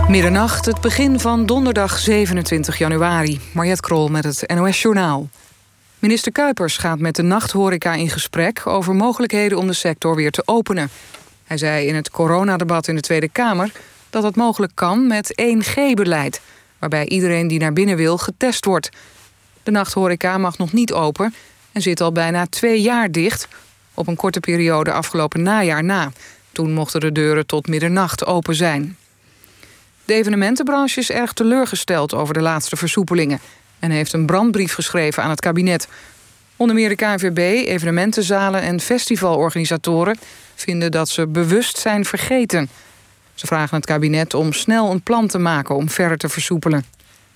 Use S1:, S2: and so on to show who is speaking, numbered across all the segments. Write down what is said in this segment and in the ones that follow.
S1: Middernacht, het begin van donderdag 27 januari. Mariette Krol met het NOS-journaal. Minister Kuipers gaat met de nachthoreca in gesprek over mogelijkheden om de sector weer te openen. Hij zei in het coronadebat in de Tweede Kamer dat het mogelijk kan met 1G-beleid, waarbij iedereen die naar binnen wil getest wordt. De nachthoreca mag nog niet open en zit al bijna 2 jaar dicht, op een korte periode afgelopen najaar na. Toen mochten de deuren tot middernacht open zijn. De evenementenbranche is erg teleurgesteld over de laatste versoepelingen en heeft een brandbrief geschreven aan het kabinet. Onder meer de KNVB, evenementenzalen en festivalorganisatoren vinden dat ze bewust zijn vergeten. Ze vragen het kabinet om snel een plan te maken om verder te versoepelen.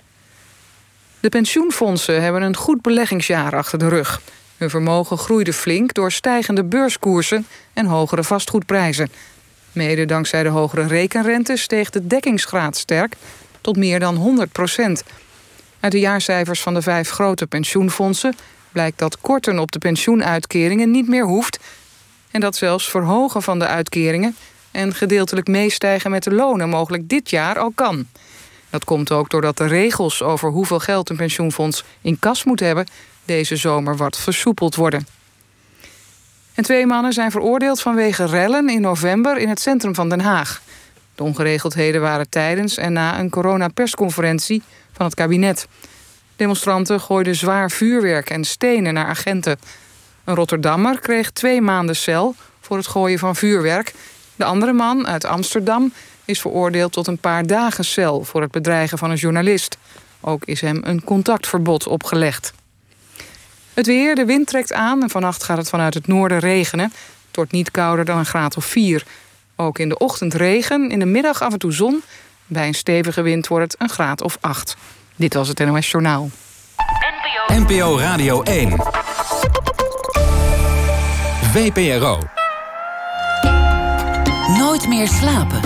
S1: De pensioenfondsen hebben een goed beleggingsjaar achter de rug. Hun vermogen groeide flink door stijgende beurskoersen en hogere vastgoedprijzen. Mede dankzij de hogere rekenrente steeg de dekkingsgraad sterk tot meer dan 100%. Uit de jaarcijfers van de 5 grote pensioenfondsen blijkt dat korten op de pensioenuitkeringen niet meer hoeft en dat zelfs verhogen van de uitkeringen en gedeeltelijk meestijgen met de lonen mogelijk dit jaar al kan. Dat komt ook doordat de regels over hoeveel geld een pensioenfonds in kas moet hebben deze zomer wat versoepeld worden. En 2 mannen zijn veroordeeld vanwege rellen in november in het centrum van Den Haag. De ongeregeldheden waren tijdens en na een coronapersconferentie van het kabinet. Demonstranten gooiden zwaar vuurwerk en stenen naar agenten. Een Rotterdammer kreeg 2 maanden cel voor het gooien van vuurwerk. De andere man uit Amsterdam is veroordeeld tot een paar dagen cel voor het bedreigen van een journalist. Ook is hem een contactverbod opgelegd. Het weer, de wind trekt aan en vannacht gaat het vanuit het noorden regenen. Het wordt niet kouder dan een graad of 4. Ook in de ochtend regen, in de middag af en toe zon. Bij een stevige wind wordt het een graad of 8. Dit was het NOS Journaal.
S2: NPO Radio 1. VPRO.
S3: Nooit meer slapen.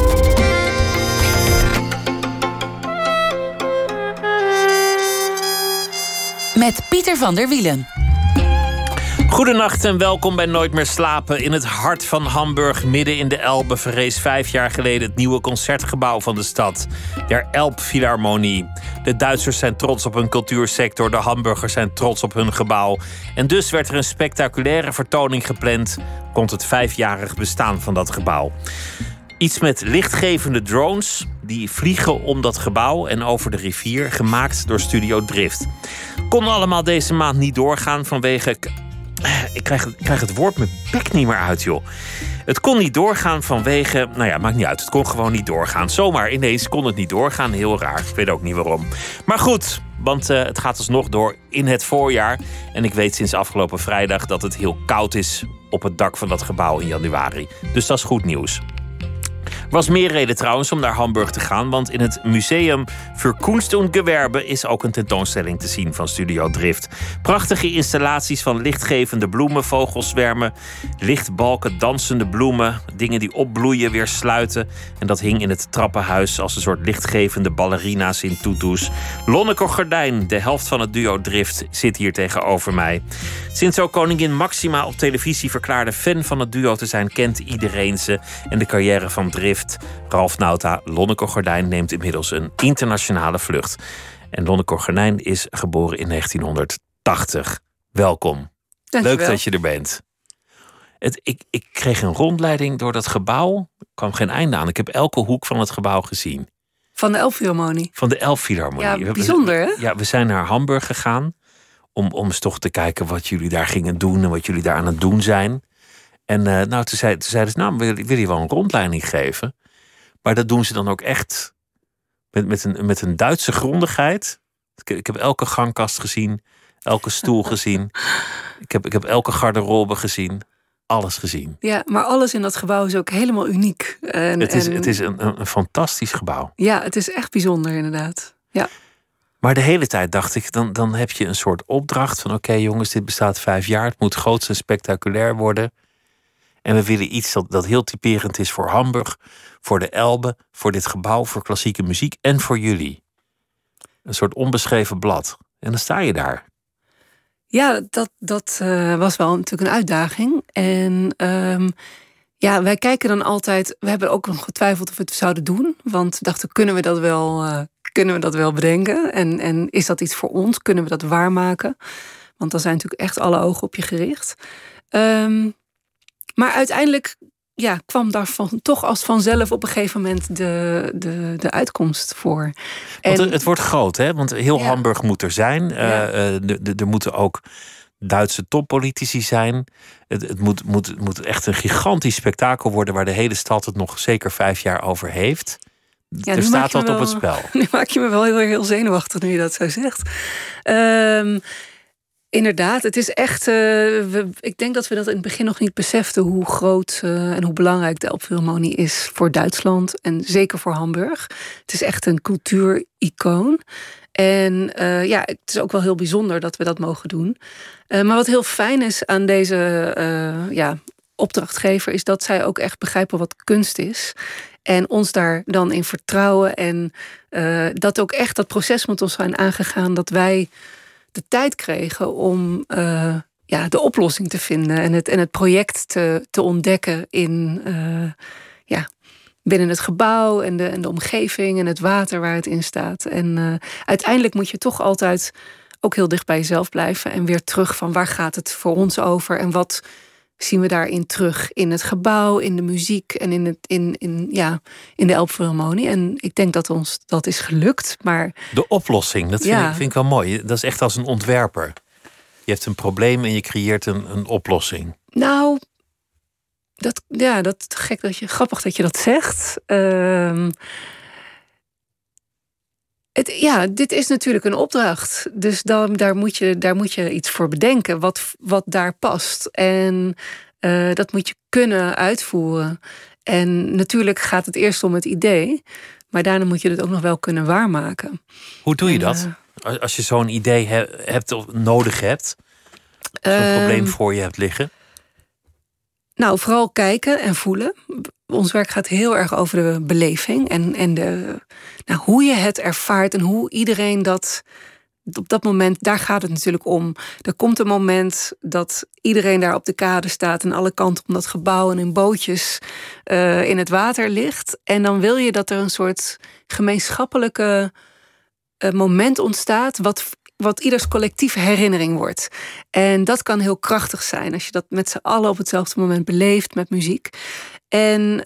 S3: Met Pieter van der Wielen.
S4: Goedenacht en welkom bij Nooit meer slapen. In het hart van Hamburg, midden in de Elbe, verrees 5 jaar geleden het nieuwe concertgebouw van de stad. Der Elbphilharmonie. De Duitsers zijn trots op hun cultuursector, de Hamburgers zijn trots op hun gebouw. En dus werd er een spectaculaire vertoning gepland rond het 5-jarig bestaan van dat gebouw. Iets met lichtgevende drones die vliegen om dat gebouw en over de rivier, gemaakt door Studio Drift. Kon allemaal deze maand niet doorgaan vanwege... Ik krijg het woord mijn bek niet meer uit, joh. Het kon niet doorgaan vanwege... Nou ja, maakt niet uit. Het kon gewoon niet doorgaan. Zomaar ineens kon het niet doorgaan. Heel raar. Ik weet ook niet waarom. Maar goed, want het gaat alsnog door in het voorjaar. En ik weet sinds afgelopen vrijdag dat het heel koud is op het dak van dat gebouw in januari. Dus dat is goed nieuws. Er was meer reden trouwens om naar Hamburg te gaan, want in het Museum für Kunst und Gewerbe is ook een tentoonstelling te zien van Studio Drift. Prachtige installaties van lichtgevende bloemen, vogelzwermen, lichtbalken, dansende bloemen, dingen die opbloeien, weer sluiten. En dat hing in het trappenhuis als een soort lichtgevende ballerina's in tutus. Lonneke Gordijn, de helft van het duo Drift, zit hier tegenover mij. Sinds ook koningin Maxima op televisie verklaarde fan van het duo te zijn, kent iedereen ze en de carrière van Drift. Ralf Nauta, Lonneke Gordijn neemt inmiddels een internationale vlucht. En Lonneke Gordijn is geboren in 1980. Welkom.
S5: Dankjewel.
S4: Leuk dat je er bent. Ik kreeg een rondleiding door dat gebouw. Er kwam geen einde aan. Ik heb elke hoek van het gebouw gezien.
S5: Van de Elbphilharmonie.
S4: Van de Elbphilharmonie.
S5: Ja, bijzonder hè?
S4: Ja, we zijn naar Hamburg gegaan om eens toch te kijken wat jullie daar gingen doen en wat jullie daar aan het doen zijn. En toen zeiden ze, wil je wel een rondleiding geven? Maar dat doen ze dan ook echt met een Duitse grondigheid. Ik heb elke gangkast gezien, elke stoel gezien. Ik heb elke garderobe gezien. Alles gezien.
S5: Ja, maar alles in dat gebouw is ook helemaal uniek.
S4: Het is een fantastisch gebouw.
S5: Ja, het is echt bijzonder inderdaad. Ja.
S4: Maar de hele tijd dacht ik, dan heb je een soort opdracht van oké, jongens, dit bestaat 5 jaar. Het moet groots en spectaculair worden. En we willen iets dat heel typerend is voor Hamburg, voor de Elbe, voor dit gebouw, voor klassieke muziek en voor jullie. Een soort onbeschreven blad. En dan sta je daar.
S5: Ja, dat was wel natuurlijk een uitdaging. En Ja, wij kijken dan altijd. We hebben ook nog getwijfeld of we het zouden doen. Want we dachten, kunnen we dat wel bedenken? En is dat iets voor ons? Kunnen we dat waarmaken? Want dan zijn natuurlijk echt alle ogen op je gericht. Maar uiteindelijk kwam daarvan toch als vanzelf op een gegeven moment de uitkomst voor.
S4: Want het wordt groot, hè? Want heel Hamburg moet er zijn. Er moeten ook Duitse toppolitici zijn. Het moet echt een gigantisch spektakel worden waar de hele stad het nog zeker 5 jaar over heeft.
S5: Ja,
S4: er staat wat op het spel.
S5: Nu maak je me wel heel zenuwachtig nu je dat zo zegt. Inderdaad, het is echt. Ik denk dat we dat in het begin nog niet beseften hoe groot en hoe belangrijk de Elbphilharmonie is voor Duitsland en zeker voor Hamburg. Het is echt een cultuuricoon. En het is ook wel heel bijzonder dat we dat mogen doen. Maar wat heel fijn is aan deze opdrachtgever is dat zij ook echt begrijpen wat kunst is. En ons daar dan in vertrouwen. En dat ook echt dat proces met ons zijn aangegaan. Dat wij de tijd kregen om de oplossing te vinden. En het project te ontdekken in binnen het gebouw en de omgeving en het water waar het in staat. En uiteindelijk moet je toch altijd ook heel dicht bij jezelf blijven. En weer terug van waar gaat het voor ons over. En wat zien we daarin terug in het gebouw, in de muziek en in de Elbphilharmonie. En ik denk dat ons dat is gelukt. Maar
S4: de oplossing, dat vind ik wel mooi. Dat is echt als een ontwerper. Je hebt een probleem en je creëert een oplossing.
S5: Nou, grappig dat je dat zegt. Dit is natuurlijk een opdracht. Dus daar moet je iets voor bedenken wat daar past. En dat moet je kunnen uitvoeren. En natuurlijk gaat het eerst om het idee. Maar daarna moet je het ook nog wel kunnen waarmaken.
S4: Hoe doe je dat? Als je zo'n idee hebt of nodig hebt. Zo'n probleem voor je hebt liggen.
S5: Nou, vooral kijken en voelen. Ons werk gaat heel erg over de beleving en hoe je het ervaart en hoe iedereen dat op dat moment, daar gaat het natuurlijk om. Er komt een moment dat iedereen daar op de kade staat en alle kanten om dat gebouw en in bootjes in het water ligt. En dan wil je dat er een soort gemeenschappelijke moment ontstaat wat ieders collectieve herinnering wordt. En dat kan heel krachtig zijn als je dat met z'n allen op hetzelfde moment beleeft met muziek. En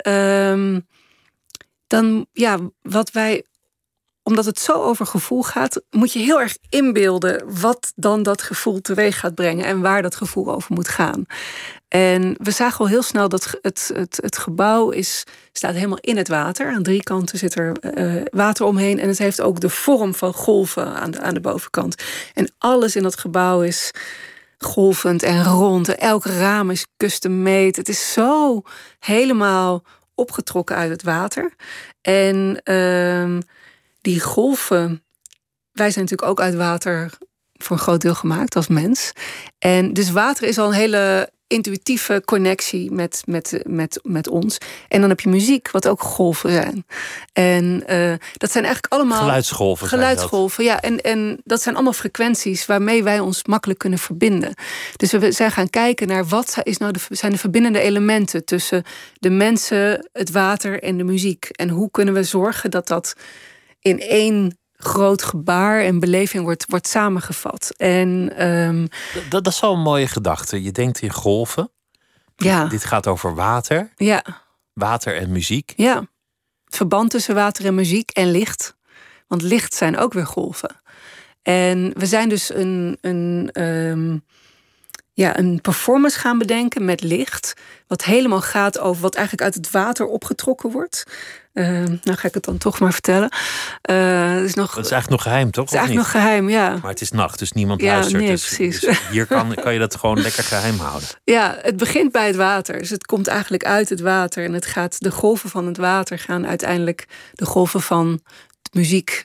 S5: omdat het zo over gevoel gaat, moet je heel erg inbeelden wat dan dat gevoel teweeg gaat brengen en waar dat gevoel over moet gaan. En we zagen al heel snel dat het gebouw staat helemaal in het water. Aan 3 kanten zit er water omheen. En het heeft ook de vorm van golven aan de bovenkant. En alles in dat gebouw is golvend en rond. En elk raam is custom-made. Het is zo helemaal opgetrokken uit het water. En die golven, wij zijn natuurlijk ook uit water voor een groot deel gemaakt als mens. En dus water is al een hele intuïtieve connectie met ons. En dan heb je muziek, wat ook golven zijn. En dat zijn eigenlijk allemaal geluidsgolven, ja. En dat zijn allemaal frequenties waarmee wij ons makkelijk kunnen verbinden. Dus we zijn gaan kijken naar wat zijn de verbindende elementen tussen de mensen, het water en de muziek. En hoe kunnen we zorgen dat dat in één groot gebaar en beleving wordt samengevat. En
S4: dat is wel een mooie gedachte. Je denkt in golven.
S5: Ja.
S4: Dit gaat over water.
S5: Ja.
S4: Water en muziek.
S5: Ja. Het verband tussen water en muziek en licht. Want licht zijn ook weer golven. En we zijn dus een performance gaan bedenken met licht. Wat helemaal gaat over wat eigenlijk uit het water opgetrokken wordt. Nou ga ik het dan toch maar vertellen.
S4: Dat is eigenlijk nog geheim, toch?
S5: Het is eigenlijk nog geheim, ja.
S4: Maar het is nacht, dus niemand luistert.
S5: Nee,
S4: dus,
S5: precies.
S4: Dus hier kan je dat gewoon lekker geheim houden.
S5: Ja, het begint bij het water. Dus het komt eigenlijk uit het water. En de golven van het water gaan uiteindelijk de golven van de muziek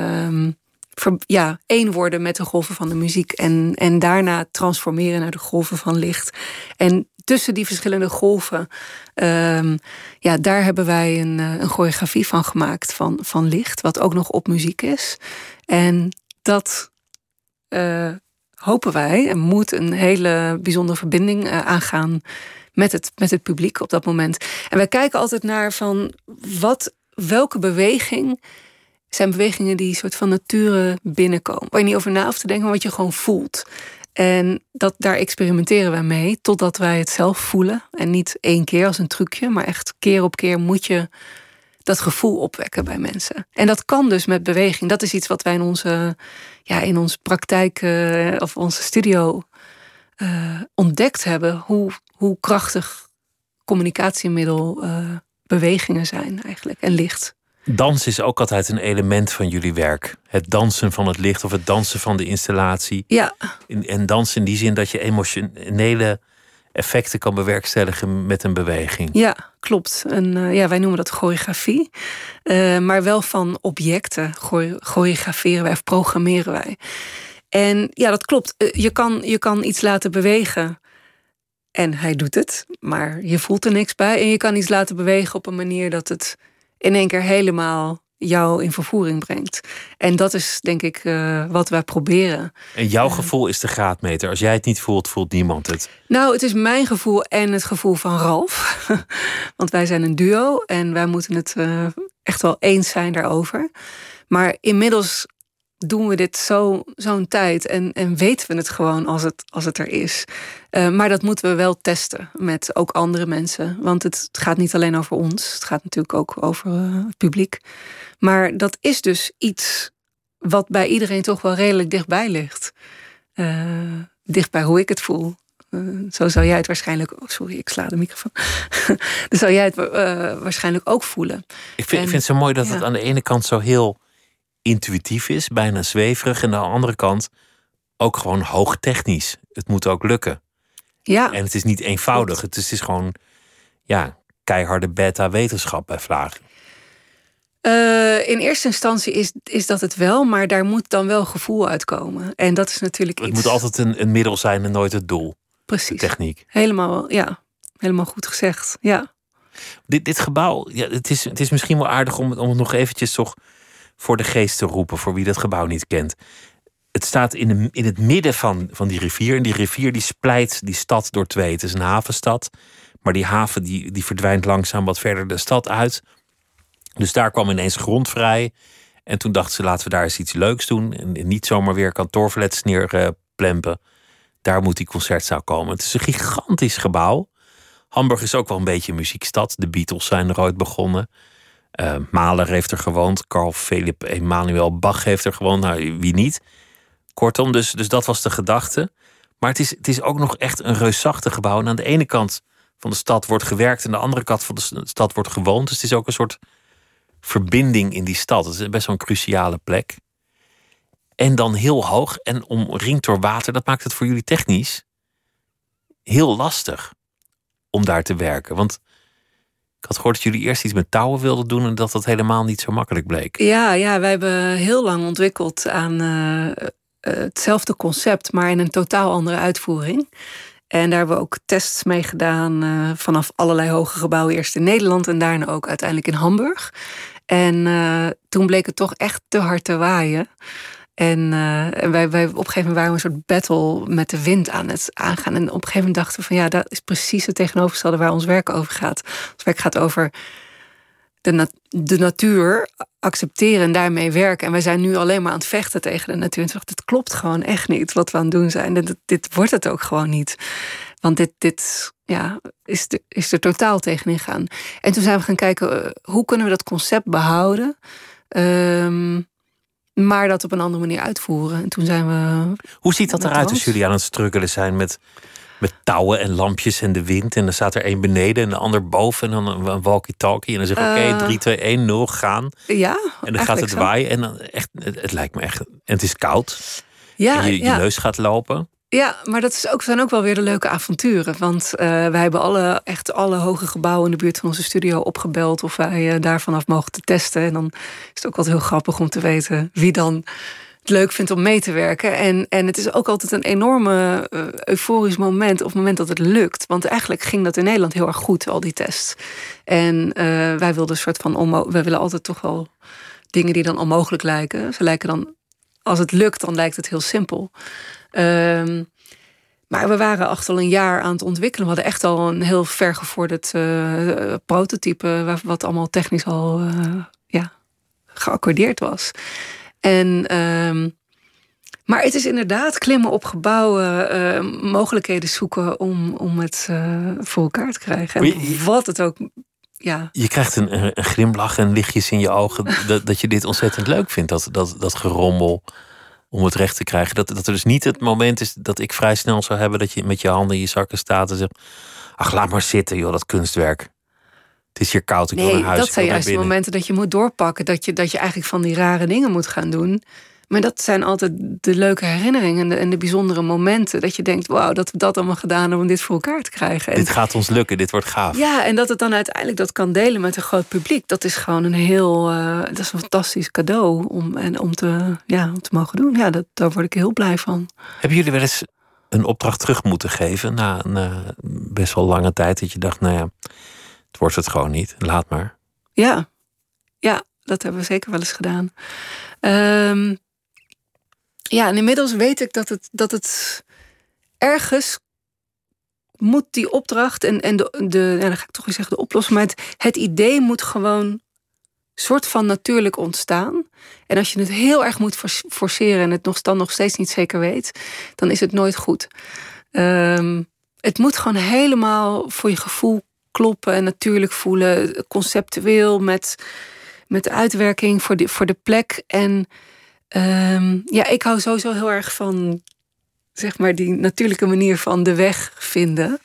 S5: één worden met de golven van de muziek. En daarna transformeren naar de golven van licht. En tussen die verschillende golven, daar hebben wij een choreografie van gemaakt van licht, wat ook nog op muziek is. En dat hopen wij en moet een hele bijzondere verbinding aangaan met het publiek op dat moment. En wij kijken altijd naar van welke beweging zijn bewegingen die soort van nature binnenkomen. Waar je niet over na hoeft te denken, maar wat je gewoon voelt. En daar experimenteren wij mee totdat wij het zelf voelen. En niet 1 keer als een trucje, maar echt keer op keer moet je dat gevoel opwekken bij mensen. En dat kan dus met beweging. Dat is iets wat wij in onze praktijk of onze studio ontdekt hebben. Hoe krachtig communicatiemiddel bewegingen zijn eigenlijk en licht.
S4: Dans is ook altijd een element van jullie werk. Het dansen van het licht of het dansen van de installatie.
S5: Ja.
S4: En dans in die zin dat je emotionele effecten kan bewerkstelligen met een beweging.
S5: Ja, klopt. En wij noemen dat choreografie. Maar wel van objecten choreograferen wij of programmeren wij. En ja, dat klopt. Je kan iets laten bewegen en hij doet het, maar je voelt er niks bij. En je kan iets laten bewegen op een manier dat het in één keer helemaal jou in vervoering brengt. En dat is denk ik wat wij proberen.
S4: En jouw gevoel is de graadmeter. Als jij het niet voelt, voelt niemand het.
S5: Nou, het is mijn gevoel en het gevoel van Ralf. Want wij zijn een duo en wij moeten het echt wel eens zijn daarover. Maar inmiddels doen we dit zo'n tijd en weten we het gewoon als het er is. Maar dat moeten we wel testen met ook andere mensen. Want het gaat niet alleen over ons. Het gaat natuurlijk ook over het publiek. Maar dat is dus iets wat bij iedereen toch wel redelijk dichtbij ligt. Dicht bij hoe ik het voel. Zo zou jij het waarschijnlijk... Oh, sorry, ik sla de microfoon. Dan zou jij het waarschijnlijk ook voelen.
S4: Ik vind het zo mooi dat het aan de ene kant zo heel intuïtief is, bijna zweverig. En aan de andere kant ook gewoon hoogtechnisch. Het moet ook lukken.
S5: Ja.
S4: En het is niet eenvoudig. Het is gewoon keiharde beta-wetenschap bij vlagen.
S5: In eerste instantie is dat het wel, maar daar moet dan wel gevoel uitkomen. En dat is natuurlijk
S4: Het moet altijd een middel zijn en nooit het doel.
S5: Precies.
S4: De techniek.
S5: Helemaal goed gezegd. Ja.
S4: Dit gebouw, het is misschien wel aardig om het nog eventjes toch voor de geest te roepen, voor wie dat gebouw niet kent. Het staat in het midden van die rivier. En die rivier die splijt die stad door 2. Het is een havenstad. Maar die haven die verdwijnt langzaam wat verder de stad uit. Dus daar kwam ineens grond vrij. En toen dachten ze, laten we daar eens iets leuks doen. En niet zomaar weer kantoorflats neerplempen. Daar moet die concertzaal komen. Het is een gigantisch gebouw. Hamburg is ook wel een beetje een muziekstad. De Beatles zijn er ooit begonnen. Mahler heeft er gewoond. Carl Philipp Emanuel Bach heeft er gewoond. Nou, wie niet? Kortom, dus dat was de gedachte. Maar het is ook nog echt een reusachtig gebouw. En aan de ene kant van de stad wordt gewerkt. En aan de andere kant van de stad wordt gewoond. Dus het is ook een soort verbinding in die stad. Het is best wel een cruciale plek. En dan heel hoog en omringd door water. Dat maakt het voor jullie technisch heel lastig om daar te werken. Want ik had gehoord dat jullie eerst iets met touwen wilden doen en dat helemaal niet zo makkelijk bleek.
S5: Ja, wij hebben heel lang ontwikkeld aan hetzelfde concept, maar in een totaal andere uitvoering. En daar hebben we ook tests mee gedaan vanaf allerlei hoge gebouwen. Eerst in Nederland en daarna ook uiteindelijk in Hamburg. En toen bleek het toch echt te hard te waaien. En wij op een gegeven moment waren we een soort battle met de wind aan het aangaan. En op een gegeven moment dachten we van dat is precies het tegenovergestelde waar ons werk over gaat. Ons werk gaat over de natuur accepteren en daarmee werken. En wij zijn nu alleen maar aan het vechten tegen de natuur. En toen dacht ik, dit klopt gewoon echt niet wat we aan het doen zijn. Dit wordt het ook gewoon niet. Want dit is er totaal tegenin gaan. En toen zijn we gaan kijken, hoe kunnen we dat concept behouden? Maar dat op een andere manier uitvoeren. En toen zijn we...
S4: Hoe ziet dat eruit als jullie aan het struggelen zijn met touwen en lampjes en de wind? En dan staat er één beneden en de ander boven. En dan een walkie-talkie. En dan zeg je, oké, 3, 2, 1, 0, gaan.
S5: Ja,
S4: en dan gaat het waaien. En dan echt, het lijkt me echt... En het is koud.
S5: Ja,
S4: en je neus gaat lopen.
S5: Ja, maar dat zijn ook wel weer de leuke avonturen. Want wij hebben alle hoge gebouwen in de buurt van onze studio opgebeld of wij daar vanaf mogen te testen. En dan is het ook altijd heel grappig om te weten wie dan het leuk vindt om mee te werken. En het is ook altijd een enorme euforisch moment op het moment dat het lukt. Want eigenlijk ging dat in Nederland heel erg goed, al die tests. En wij wilden een soort van we willen altijd toch wel dingen die dan onmogelijk lijken. Ze lijken dan, als het lukt, dan lijkt het heel simpel. Maar we waren echt al een jaar aan het ontwikkelen. We hadden echt al een heel vergevorderd prototype, wat allemaal technisch al geaccordeerd was. Maar het is inderdaad klimmen op gebouwen, mogelijkheden zoeken om het voor elkaar te krijgen. En wat het ook. Ja.
S4: Je krijgt een glimlach en lichtjes in je ogen dat je dit ontzettend leuk vindt. Dat gerommel om het recht te krijgen. Dat er dus niet het moment is dat ik vrij snel zou hebben dat je met je handen in je zakken staat en zegt: ach, laat maar zitten, joh, dat kunstwerk. Het is hier koud, ik wil naar huis.
S5: Dat zijn juist de momenten dat je moet doorpakken. Dat je eigenlijk van die rare dingen moet gaan doen. Maar dat zijn altijd de leuke herinneringen en de bijzondere momenten. Dat je denkt, wauw, dat we dat allemaal gedaan hebben om dit voor elkaar te krijgen.
S4: Dit gaat ons lukken, dit wordt gaaf.
S5: Ja, en dat het dan uiteindelijk dat kan delen met een groot publiek. Dat is gewoon dat is een fantastisch cadeau om te mogen doen. Ja, daar word ik heel blij van.
S4: Hebben jullie wel eens een opdracht terug moeten geven na best wel lange tijd? Dat je dacht, nou ja, het wordt het gewoon niet, laat maar.
S5: Ja, dat hebben we zeker wel eens gedaan. En inmiddels weet ik dat het ergens moet die opdracht en dan ga ik toch weer zeggen de oplossing, maar het idee moet gewoon soort van natuurlijk ontstaan. En als je het heel erg moet forceren en het dan nog steeds niet zeker weet, dan is het nooit goed. Het moet gewoon helemaal voor je gevoel kloppen en natuurlijk voelen, conceptueel met de uitwerking voor de plek. En ik hou sowieso heel erg van, zeg maar, die natuurlijke manier van de weg vinden.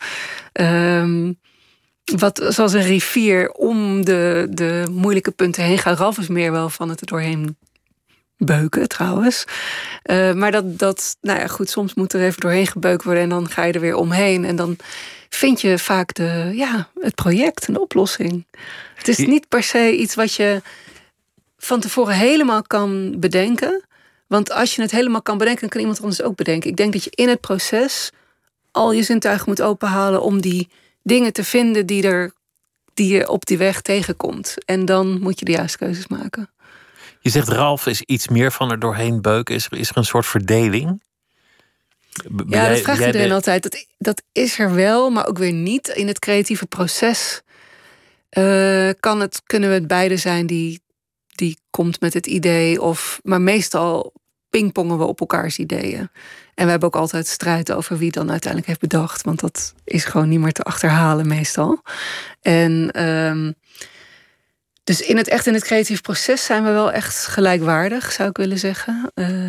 S5: Zoals een rivier om de moeilijke punten heen gaat. Ralf is meer wel van het er doorheen beuken, trouwens. Maar goed, soms moet er even doorheen gebeukt worden en dan ga je er weer omheen. En dan vind je vaak het project en de oplossing. Het is niet per se iets wat je van tevoren helemaal kan bedenken. Want als je het helemaal kan bedenken, kan iemand anders ook bedenken. Ik denk dat je in het proces al je zintuigen moet openhalen om die dingen te vinden die je op die weg tegenkomt. En dan moet je de juiste keuzes maken.
S4: Je zegt Ralf is iets meer van er doorheen beuken. Is er een soort verdeling?
S5: Ja, dat vraagt iedereen altijd. Dat is er wel, maar ook weer niet. In het creatieve proces kunnen we het beide zijn die komt met het idee. Maar meestal pingpongen we op elkaars ideeën. En we hebben ook altijd strijd over wie dan uiteindelijk heeft bedacht. Want dat is gewoon niet meer te achterhalen meestal. En dus in het creatief proces zijn we wel echt gelijkwaardig, zou ik willen zeggen.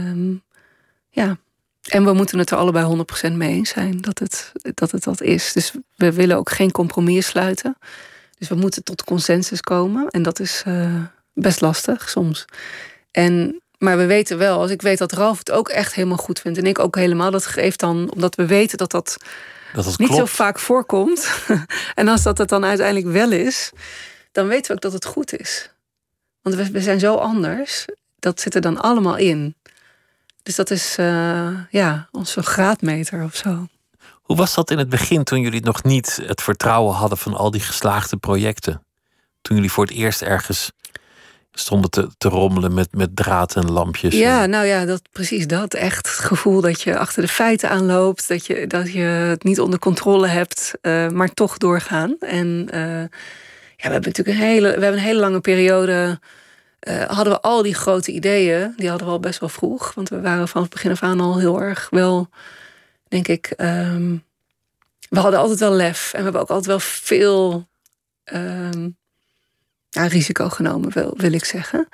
S5: En we moeten het er allebei 100% mee eens zijn dat het dat is. Dus we willen ook geen compromis sluiten. Dus we moeten tot consensus komen. En dat is best lastig soms. Maar we weten wel, als ik weet dat Ralf het ook echt helemaal goed vindt en ik ook helemaal, dat geeft dan, omdat we weten dat niet
S4: klopt.
S5: Zo vaak voorkomt. En als dat het dan uiteindelijk wel is, dan weten we ook dat het goed is. Want we zijn zo anders. Dat zit er dan allemaal in. Dus dat is onze graadmeter of zo.
S4: Hoe was dat in het begin toen jullie nog niet het vertrouwen hadden van al die geslaagde projecten? Toen jullie voor het eerst ergens stonden te rommelen met draad en lampjes.
S5: Ja, precies dat. Echt het gevoel dat je achter de feiten aanloopt. Dat je het niet onder controle hebt, maar toch doorgaan. En we hebben natuurlijk een hele lange periode. Hadden we al die grote ideeën. Die hadden we al best wel vroeg. Want we waren van het begin af aan al heel erg wel, denk ik. We hadden altijd wel lef. En we hebben ook altijd wel veel risico genomen, wil ik zeggen.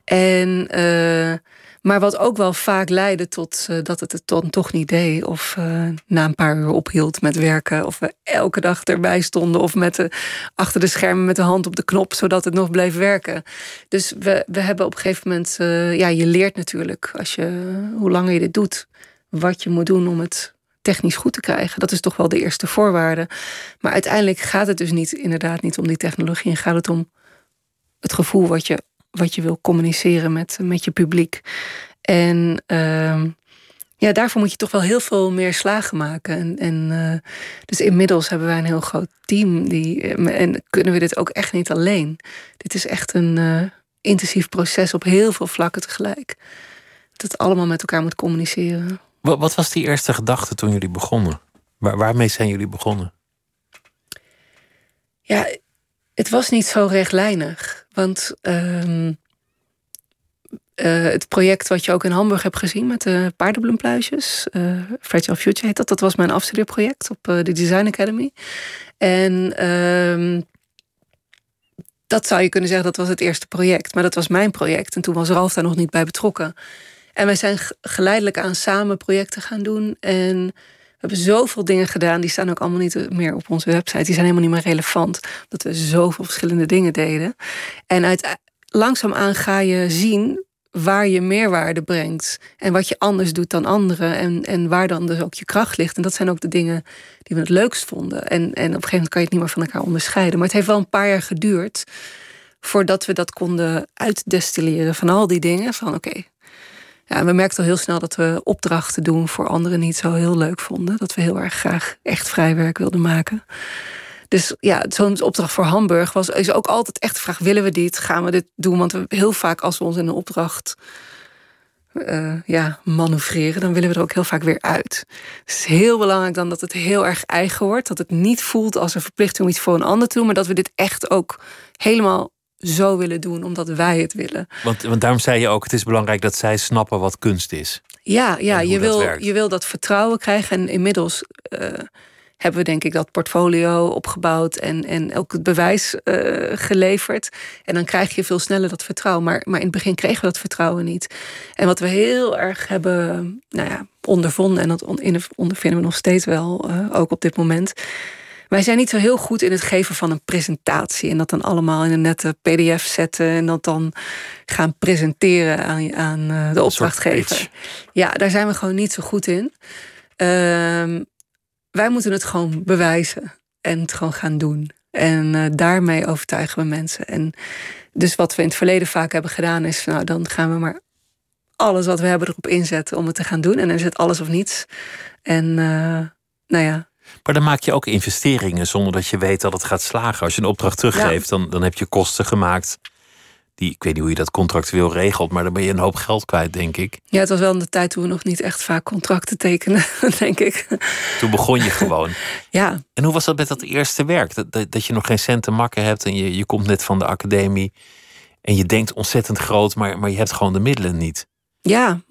S5: Maar wat ook wel vaak leidde tot dat het dan toch niet deed. Of na een paar uur ophield met werken. Of we elke dag erbij stonden. Of achter de schermen met de hand op de knop. Zodat het nog bleef werken. Dus we hebben op een gegeven moment. Je leert natuurlijk. Hoe langer je dit doet. Wat je moet doen om het technisch goed te krijgen. Dat is toch wel de eerste voorwaarde. Maar uiteindelijk gaat het dus inderdaad niet om die technologie. En gaat het om het gevoel wat je wil communiceren met je publiek. En daarvoor moet je toch wel heel veel meer slagen maken. Dus inmiddels hebben wij een heel groot team. En kunnen we dit ook echt niet alleen. Dit is echt een intensief proces op heel veel vlakken tegelijk. Dat het allemaal met elkaar moet communiceren.
S4: Wat was die eerste gedachte toen jullie begonnen? Waarmee zijn jullie begonnen?
S5: Ja, het was niet zo rechtlijnig. Want het project wat je ook in Hamburg hebt gezien met de paardenbloempluisjes, Fragile Future heet dat was mijn afstudeerproject op de Design Academy. En dat zou je kunnen zeggen, dat was het eerste project. Maar dat was mijn project en toen was Ralf daar nog niet bij betrokken. En wij zijn geleidelijk aan samen projecten gaan doen. En we hebben zoveel dingen gedaan, die staan ook allemaal niet meer op onze website. Die zijn helemaal niet meer relevant, omdat we zoveel verschillende dingen deden. En langzaamaan ga je zien waar je meerwaarde brengt. En wat je anders doet dan anderen. En waar dan dus ook je kracht ligt. En dat zijn ook de dingen die we het leukst vonden. En op een gegeven moment kan je het niet meer van elkaar onderscheiden. Maar het heeft wel een paar jaar geduurd voordat we dat konden uitdestilleren van al die dingen. Van oké. Ja, we merkten al heel snel dat we opdrachten doen voor anderen niet zo heel leuk vonden. Dat we heel erg graag echt vrij werk wilden maken. Dus ja, zo'n opdracht voor Hamburg is ook altijd echt de vraag: willen we dit? Gaan we dit doen? Want we heel vaak, als we ons in een opdracht manoeuvreren, dan willen we er ook heel vaak weer uit. Dus het is heel belangrijk dan dat het heel erg eigen wordt. Dat het niet voelt als een verplichting om iets voor een ander te doen, maar dat we dit echt ook helemaal zo willen doen, omdat wij het willen.
S4: Want daarom zei je ook, het is belangrijk dat zij snappen wat kunst is.
S5: Ja, je wil dat vertrouwen krijgen. En inmiddels hebben we denk ik dat portfolio opgebouwd en ook het bewijs geleverd. En dan krijg je veel sneller dat vertrouwen. Maar in het begin kregen we dat vertrouwen niet. En wat we heel erg hebben ondervonden, en dat ondervinden we nog steeds wel, ook op dit moment. Wij zijn niet zo heel goed in het geven van een presentatie. En dat dan allemaal in een nette pdf zetten. En dat dan gaan presenteren aan de opdrachtgever. Ja, daar zijn we gewoon niet zo goed in. Wij moeten het gewoon bewijzen. En het gewoon gaan doen. En daarmee overtuigen we mensen. En dus wat we in het verleden vaak hebben gedaan is, dan gaan we maar alles wat we hebben erop inzetten om het te gaan doen. En dan is het alles of niets. En
S4: Maar dan maak je ook investeringen zonder dat je weet dat het gaat slagen. Als je een opdracht teruggeeft, dan heb je kosten gemaakt. Ik weet niet hoe je dat contractueel regelt, maar dan ben je een hoop geld kwijt, denk ik.
S5: Ja, het was wel in de tijd toen we nog niet echt vaak contracten tekenen, denk ik.
S4: Toen begon je gewoon.
S5: Ja.
S4: En hoe was dat met dat eerste werk? Dat je nog geen cent te makken hebt en je komt net van de academie. En je denkt ontzettend groot, maar je hebt gewoon de middelen niet.
S5: Ja,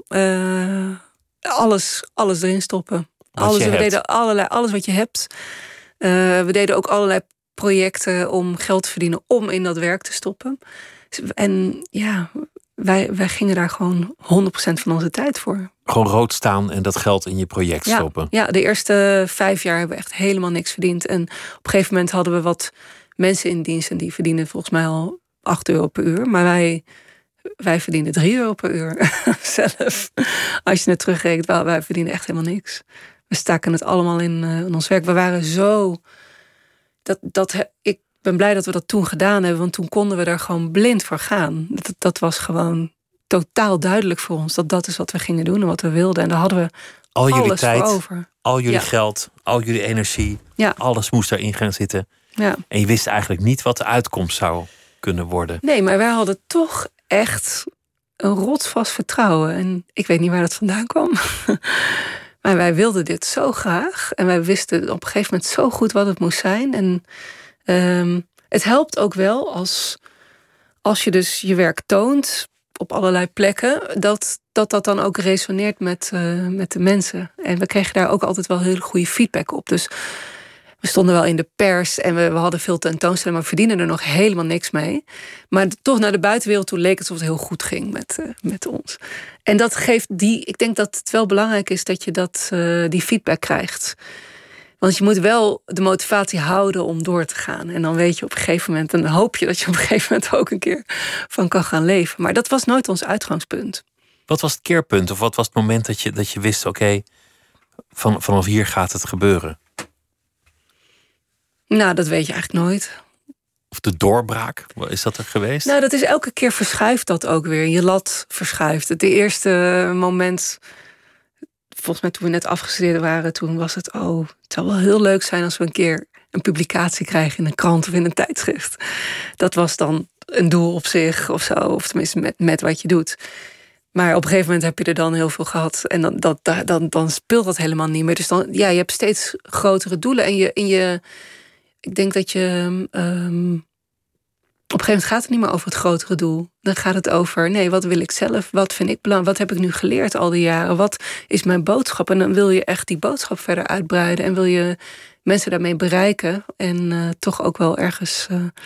S5: alles erin stoppen. We deden alles wat je hebt. We deden ook allerlei projecten om geld te verdienen om in dat werk te stoppen. En ja, wij gingen daar gewoon 100% van onze tijd voor.
S4: Gewoon rood staan en dat geld in je project stoppen.
S5: Ja, de eerste 5 jaar hebben we echt helemaal niks verdiend. En op een gegeven moment hadden we wat mensen in dienst en die verdienden volgens mij al €8 per uur. Maar wij verdienen €3 per uur zelf. Als je het terugrekent, wij verdienen echt helemaal niks. We staken het allemaal in ons werk. We waren zo... Ik ben blij dat we dat toen gedaan hebben, want toen konden we er gewoon blind voor gaan. Dat was gewoon totaal duidelijk voor ons. Dat is wat we gingen doen en wat we wilden. En daar hadden we
S4: al jullie
S5: alles
S4: tijd,
S5: voor over.
S4: Al jullie geld, al jullie energie.
S5: Ja.
S4: Alles moest daarin gaan zitten.
S5: Ja.
S4: En je wist eigenlijk niet wat de uitkomst zou kunnen worden.
S5: Nee, maar wij hadden toch echt een rotsvast vertrouwen. En ik weet niet waar dat vandaan kwam. Maar wij wilden dit zo graag. En wij wisten op een gegeven moment zo goed wat het moest zijn. En het helpt ook wel als je dus je werk toont op allerlei plekken, dat dan ook resoneert met de mensen. En we kregen daar ook altijd wel hele goede feedback op. Dus we stonden wel in de pers en we hadden veel tentoonstellingen, maar we verdienen er nog helemaal niks mee. Maar toch naar de buitenwereld toe leek het alsof het heel goed ging met ons. En dat geeft ik denk dat het wel belangrijk is dat je die feedback krijgt. Want je moet wel de motivatie houden om door te gaan. En dan weet je op een gegeven moment, en dan hoop je dat je op een gegeven moment ook een keer van kan gaan leven. Maar dat was nooit ons uitgangspunt.
S4: Wat was het keerpunt? Of wat was het moment dat je wist, oké, vanaf hier gaat het gebeuren?
S5: Nou, dat weet je eigenlijk nooit.
S4: Of de doorbraak, is dat er geweest?
S5: Nou, dat is elke keer verschuift dat ook weer. Je lat verschuift. Het eerste moment, volgens mij toen we net afgestudeerd waren, toen was het, het zou wel heel leuk zijn als we een keer een publicatie krijgen in een krant of in een tijdschrift. Dat was dan een doel op zich of zo, of tenminste met wat je doet. Maar op een gegeven moment heb je er dan heel veel gehad. En dan speelt dat helemaal niet meer. Dus dan, je hebt steeds grotere doelen. En ik denk dat je... op een gegeven moment gaat het niet meer over het grotere doel. Dan gaat het over, nee, wat wil ik zelf? Wat vind ik belangrijk? Wat heb ik nu geleerd al die jaren? Wat is mijn boodschap? En dan wil je echt die boodschap verder uitbreiden. En wil je mensen daarmee bereiken. En toch ook wel ergens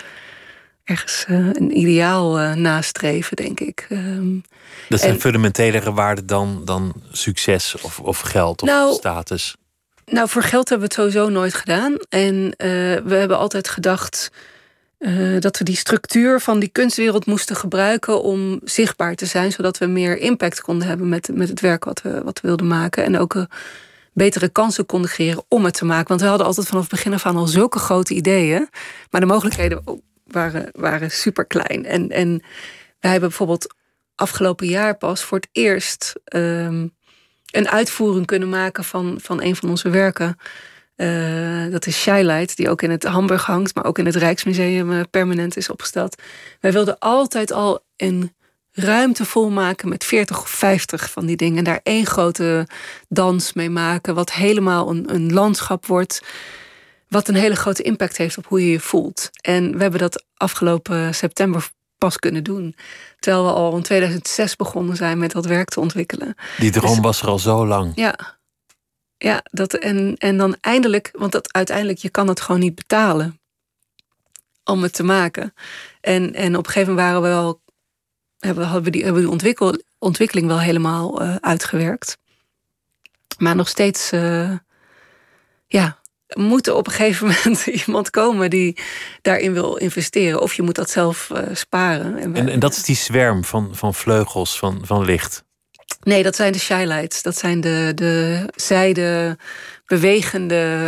S5: een ideaal nastreven, denk ik.
S4: Dat zijn fundamentelere waarden dan succes of geld of status.
S5: Nou, voor geld hebben we het sowieso nooit gedaan. En we hebben altijd gedacht dat we die structuur van die kunstwereld moesten gebruiken om zichtbaar te zijn, zodat we meer impact konden hebben met het werk wat we wilden maken. En ook betere kansen konden creëren om het te maken. Want we hadden altijd vanaf het begin af aan al zulke grote ideeën. Maar de mogelijkheden waren super klein. En wij hebben bijvoorbeeld afgelopen jaar pas voor het eerst een uitvoering kunnen maken van een van onze werken. Dat is Shylight, die ook in het Hamburg hangt, maar ook in het Rijksmuseum permanent is opgesteld. Wij wilden altijd al een ruimte volmaken met 40 of 50 van die dingen. En daar één grote dans mee maken, wat helemaal een landschap wordt, wat een hele grote impact heeft op hoe je je voelt. En we hebben dat afgelopen september pas kunnen doen. Terwijl we al in 2006 begonnen zijn met dat werk te ontwikkelen.
S4: Die droom was er al zo lang.
S5: Ja, en dan eindelijk, want uiteindelijk, je kan het gewoon niet betalen om het te maken. En op een gegeven moment hebben we die ontwikkeling wel helemaal uitgewerkt. Maar nog steeds, moet er op een gegeven moment iemand komen die daarin wil investeren. Of je moet dat zelf sparen.
S4: En dat is die zwerm van vleugels, van licht.
S5: Nee, dat zijn de Shylights. Dat zijn de zijde bewegende...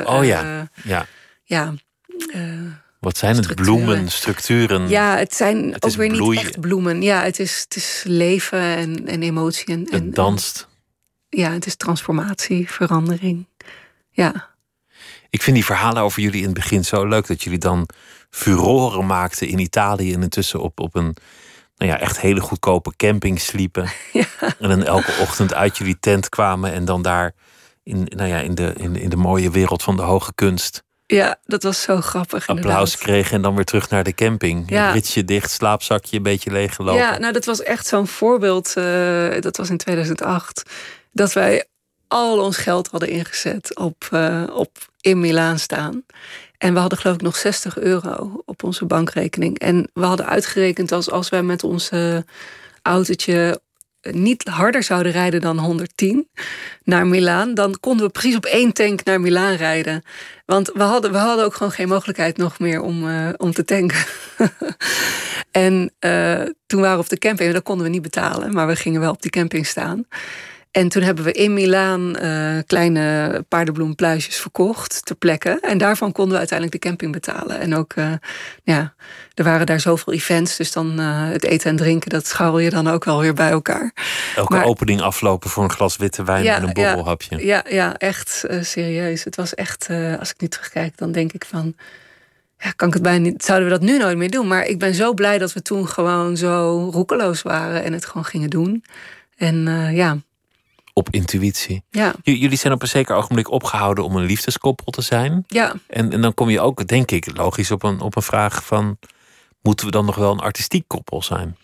S4: Wat zijn het? Bloemen, structuren?
S5: Ja, het zijn
S4: het
S5: ook weer
S4: bloeien.
S5: Niet echt bloemen. Ja, het is leven en emotie.
S4: Het danst.
S5: Het is transformatie, verandering. Ja.
S4: Ik vind die verhalen over jullie in het begin zo leuk. Dat jullie dan furoren maakten in Italië. En intussen op een echt hele goedkope camping sliepen.
S5: Ja.
S4: En dan elke ochtend uit jullie tent kwamen. En dan daar in de mooie wereld van de hoge kunst.
S5: Ja, dat was zo grappig.
S4: Applaus
S5: inderdaad.
S4: kregen en dan weer terug naar de camping.
S5: Ja.
S4: Ritsje dicht, slaapzakje een beetje leeggelopen.
S5: Ja, nou dat was echt zo'n voorbeeld. Dat was in 2008. Dat wij al ons geld hadden ingezet op in Milaan staan. En we hadden geloof ik nog €60 op onze bankrekening. En we hadden uitgerekend als wij met ons autootje niet harder zouden rijden dan 110 naar Milaan, dan konden we precies op 1 tank naar Milaan rijden. Want we hadden ook gewoon geen mogelijkheid nog meer om te tanken. En toen waren we op de camping, dat konden we niet betalen, maar we gingen wel op die camping staan. En toen hebben we in Milaan kleine paardenbloempluisjes verkocht ter plekke. En daarvan konden we uiteindelijk de camping betalen. En ook, er waren daar zoveel events. Dus dan het eten en drinken, dat schouwel je dan ook wel weer bij elkaar.
S4: Elke opening aflopen voor een glas witte wijn en een borrelhapje.
S5: Ja, echt serieus. Het was echt, als ik nu terugkijk, dan denk ik van... Ja, kan ik het bijna niet, zouden we dat nu nooit meer doen? Maar ik ben zo blij dat we toen gewoon zo roekeloos waren en het gewoon gingen doen. En
S4: op intuïtie.
S5: Ja.
S4: Jullie zijn op een zeker ogenblik opgehouden om een liefdeskoppel te zijn.
S5: Ja.
S4: En dan kom je ook, denk ik, logisch op een vraag van... moeten we dan nog wel een artistiek koppel zijn?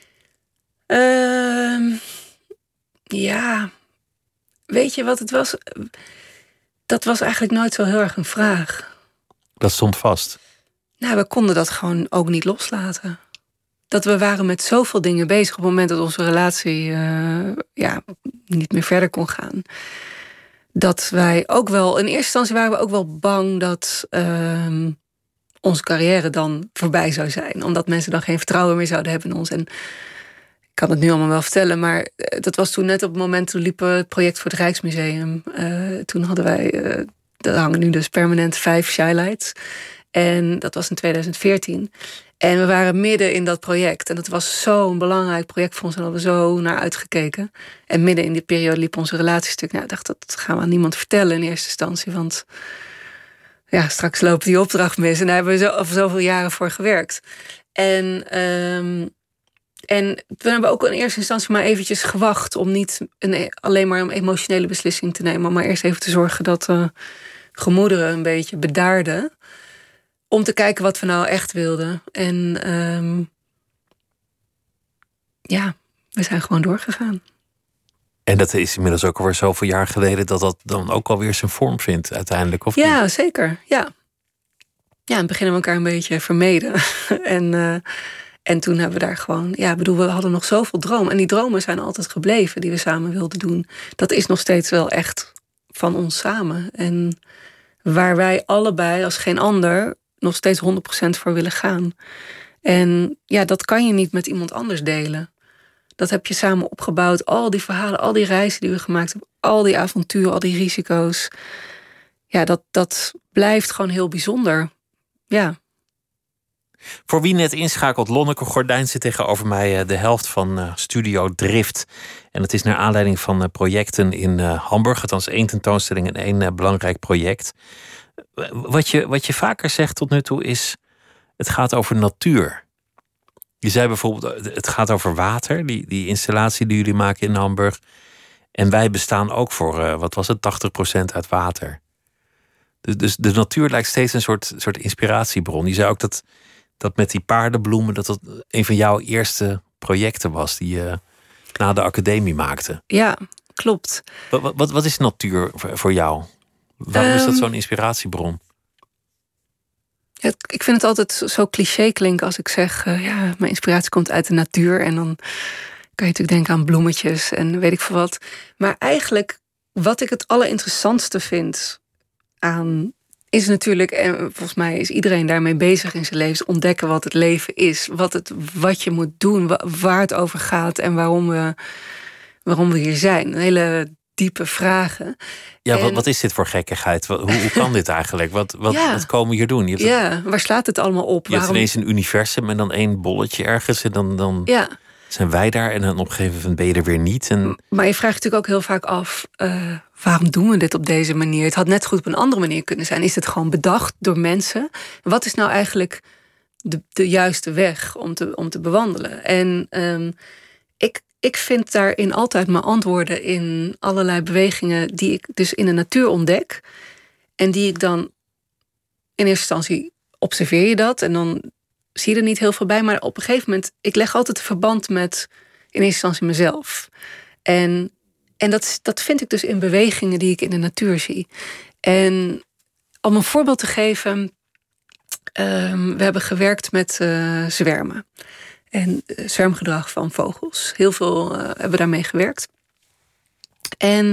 S5: Ja. Weet je wat het was? Dat was eigenlijk nooit zo heel erg een vraag.
S4: Dat stond vast.
S5: Nou, we konden dat gewoon ook niet loslaten. Dat we waren met zoveel dingen bezig op het moment dat onze relatie niet meer verder kon gaan. Dat wij ook wel, in eerste instantie waren we ook wel bang dat onze carrière dan voorbij zou zijn. Omdat mensen dan geen vertrouwen meer zouden hebben in ons. En ik kan het nu allemaal wel vertellen, maar dat was toen net op het moment, toen liep het project voor het Rijksmuseum. Toen hadden wij, er hangen nu dus permanent 5 Shylights. En dat was in 2014. En we waren midden in dat project. En dat was zo'n belangrijk project voor ons. En hadden we zo naar uitgekeken. En midden in die periode liep onze relatiestuk. Nou, ik dacht, dat gaan we aan niemand vertellen in eerste instantie. Want ja, straks loopt die opdracht mis. En daar hebben we zoveel jaren voor gewerkt. En En we hebben ook in eerste instantie maar eventjes gewacht om niet alleen maar een emotionele beslissing te nemen, maar eerst even te zorgen dat gemoederen een beetje bedaarden. Om te kijken wat we nou echt wilden. En we zijn gewoon doorgegaan.
S4: En dat is inmiddels ook alweer zoveel jaar geleden dat dan ook alweer zijn vorm vindt uiteindelijk, of niet?
S5: Ja, zeker. Ja, in het begin hebben we elkaar een beetje vermeden. En toen hebben we daar gewoon... we hadden nog zoveel dromen. En die dromen zijn altijd gebleven die we samen wilden doen. Dat is nog steeds wel echt van ons samen. En waar wij allebei als geen ander nog steeds 100% voor willen gaan. En dat kan je niet met iemand anders delen. Dat heb je samen opgebouwd. Al die verhalen, al die reizen die we gemaakt hebben. Al die avonturen, al die risico's. Ja, dat blijft gewoon heel bijzonder. Ja.
S4: Voor wie net inschakelt, Lonneke Gordijn zit tegenover mij, de helft van Studio Drift. En het is naar aanleiding van projecten in Hamburg. Althans 1 tentoonstelling en 1 belangrijk project. Wat je vaker zegt tot nu toe is, het gaat over natuur. Je zei bijvoorbeeld, het gaat over water, die installatie die jullie maken in Hamburg. En wij bestaan ook voor, 80% uit water. Dus de natuur lijkt steeds een soort inspiratiebron. Je zei ook dat met die paardenbloemen, dat een van jouw eerste projecten was die je na de academie maakte.
S5: Ja, klopt.
S4: Wat is natuur voor jou? Waarom is dat zo'n inspiratiebron?
S5: Ik vind het altijd zo cliché klinken als ik zeg, mijn inspiratie komt uit de natuur. En dan kan je natuurlijk denken aan bloemetjes en weet ik veel wat. Maar eigenlijk, wat ik het allerinteressantste vind aan, is natuurlijk, en volgens mij is iedereen daarmee bezig in zijn leven, ontdekken wat het leven is. Wat je moet doen, waar het over gaat en waarom we hier zijn. Een hele diepe vragen.
S4: Ja, wat is dit voor gekkigheid? Hoe kan dit eigenlijk? Wat komen we hier doen?
S5: Waar slaat het allemaal op?
S4: Je hebt ineens een universum en dan 1 bolletje ergens en dan zijn wij daar en dan op een gegeven moment ben je er weer niet.
S5: Maar je vraagt natuurlijk ook heel vaak af, waarom doen we dit op deze manier? Het had net goed op een andere manier kunnen zijn. Is het gewoon bedacht door mensen? Wat is nou eigenlijk de juiste weg om te bewandelen? En ik vind daarin altijd mijn antwoorden in allerlei bewegingen die ik dus in de natuur ontdek. En die ik dan in eerste instantie observeer je dat. En dan zie je er niet heel veel bij. Maar op een gegeven moment, ik leg altijd een verband met in eerste instantie mezelf. En dat vind ik dus in bewegingen die ik in de natuur zie. En om een voorbeeld te geven, we hebben gewerkt met zwermen. En zwermgedrag van vogels. Heel veel hebben daarmee gewerkt. En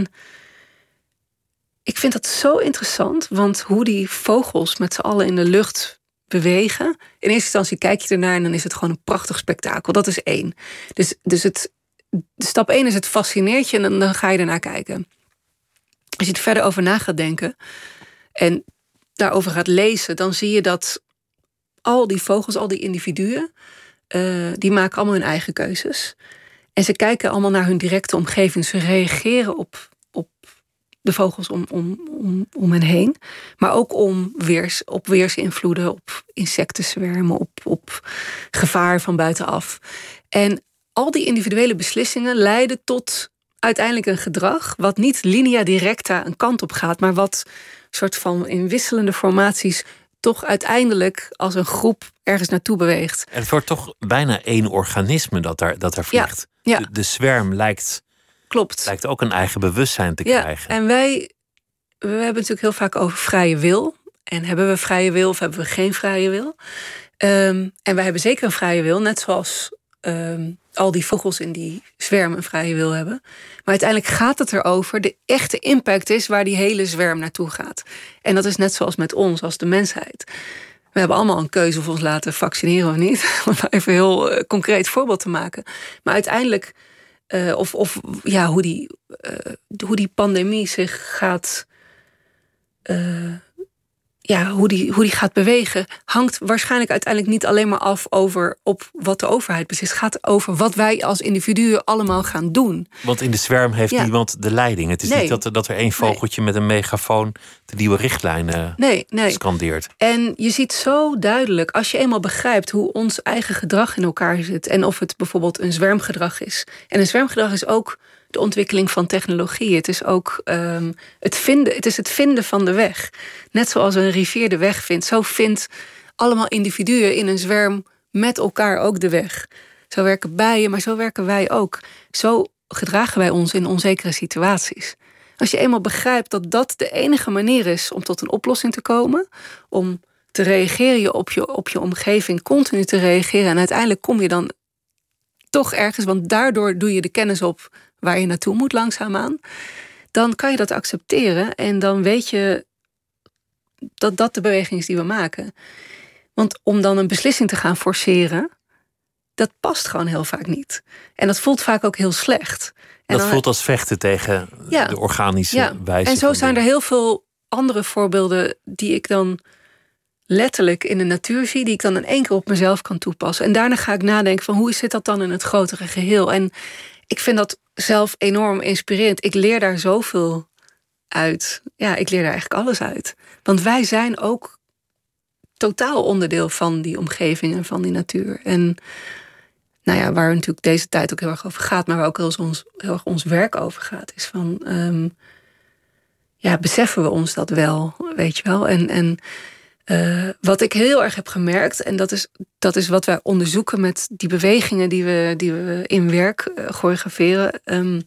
S5: ik vind dat zo interessant. Want hoe die vogels met z'n allen in de lucht bewegen. In eerste instantie kijk je ernaar en dan is het gewoon een prachtig spektakel. Dat is 1. Dus stap 1 is het fascineert je en dan ga je ernaar kijken. Als je er verder over na gaat denken en daarover gaat lezen, dan zie je dat al die vogels, al die individuen, die maken allemaal hun eigen keuzes. En ze kijken allemaal naar hun directe omgeving. Ze reageren op de vogels om hen heen. Maar ook op weersinvloeden, op insectenzwermen, op gevaar van buitenaf. En al die individuele beslissingen leiden tot uiteindelijk een gedrag wat niet linea directa een kant op gaat, maar wat soort van in wisselende formaties toch uiteindelijk als een groep ergens naartoe beweegt.
S4: En het wordt toch bijna 1 organisme dat daar vliegt.
S5: Ja.
S4: De zwerm lijkt ook een eigen bewustzijn te krijgen.
S5: En we hebben het natuurlijk heel vaak over vrije wil. En hebben we vrije wil of hebben we geen vrije wil? En wij hebben zeker een vrije wil, net zoals al die vogels in die zwerm een vrije wil hebben. Maar uiteindelijk gaat het erover, de echte impact is waar die hele zwerm naartoe gaat. En dat is net zoals met ons, als de mensheid. We hebben allemaal een keuze of we ons laten vaccineren of niet. Om even een heel concreet voorbeeld te maken. Maar uiteindelijk, hoe die pandemie zich gaat hoe die gaat bewegen, hangt waarschijnlijk uiteindelijk niet alleen maar af op wat de overheid beslist. Het gaat over wat wij als individuen allemaal gaan doen.
S4: Want in de zwerm heeft niemand de leiding. Het is niet dat er één vogeltje met een megafoon de nieuwe richtlijnen scandeert.
S5: En je ziet zo duidelijk, als je eenmaal begrijpt hoe ons eigen gedrag in elkaar zit en of het bijvoorbeeld een zwermgedrag is. En een zwermgedrag is ook de ontwikkeling van technologie. Het is ook het vinden van de weg. Net zoals een rivier de weg vindt. Zo vindt allemaal individuen in een zwerm met elkaar ook de weg. Zo werken bijen, maar zo werken wij ook. Zo gedragen wij ons in onzekere situaties. Als je eenmaal begrijpt dat dat de enige manier is om tot een oplossing te komen, om te reageren op je omgeving, continu te reageren, en uiteindelijk kom je dan toch ergens, want daardoor doe je de kennis op waar je naartoe moet langzaamaan, dan kan je dat accepteren en dan weet je dat dat de beweging is die we maken. Want om dan een beslissing te gaan forceren, dat past gewoon heel vaak niet. En dat voelt vaak ook heel slecht.
S4: En dat voelt als vechten tegen de organische wijze.
S5: En zo zijn er heel veel andere voorbeelden die ik dan letterlijk in de natuur zie, die ik dan in één keer op mezelf kan toepassen. En daarna ga ik nadenken van hoe zit dat dan in het grotere geheel? En ik vind dat zelf enorm inspirerend. Ik leer daar zoveel uit. Ja, ik leer daar eigenlijk alles uit. Want wij zijn ook totaal onderdeel van die omgeving en van die natuur. En nou ja, waar natuurlijk deze tijd ook heel erg over gaat, maar waar ook heel erg ons werk over gaat, is van beseffen we ons dat wel, weet je wel? En wat ik heel erg heb gemerkt, en dat is wat wij onderzoeken met die bewegingen die we in werk choreograferen,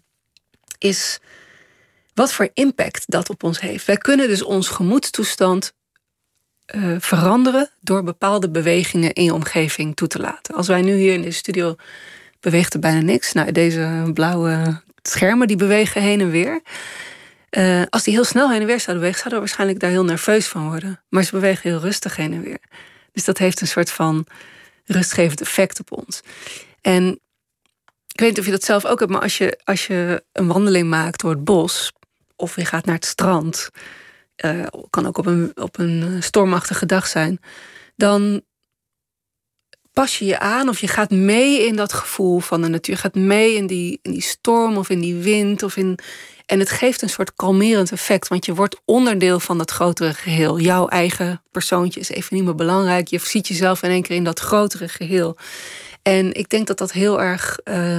S5: is wat voor impact dat op ons heeft. Wij kunnen dus ons gemoedstoestand veranderen door bepaalde bewegingen in je omgeving toe te laten. Als wij nu hier in de studio beweegt er bijna niks. Nou, deze blauwe schermen die bewegen heen en weer. Als die heel snel heen en weer zouden bewegen, zouden we waarschijnlijk daar heel nerveus van worden. Maar ze bewegen heel rustig heen en weer. Dus dat heeft een soort van rustgevend effect op ons. En ik weet niet of je dat zelf ook hebt, maar als je een wandeling maakt door het bos, of je gaat naar het strand, kan ook op een stormachtige dag zijn, dan pas je je aan of je gaat mee in dat gevoel van de natuur. Je gaat mee in die storm of in die wind. En het geeft een soort kalmerend effect, want je wordt onderdeel van dat grotere geheel. Jouw eigen persoontje is even niet meer belangrijk. Je ziet jezelf in één keer in dat grotere geheel. En ik denk dat dat heel erg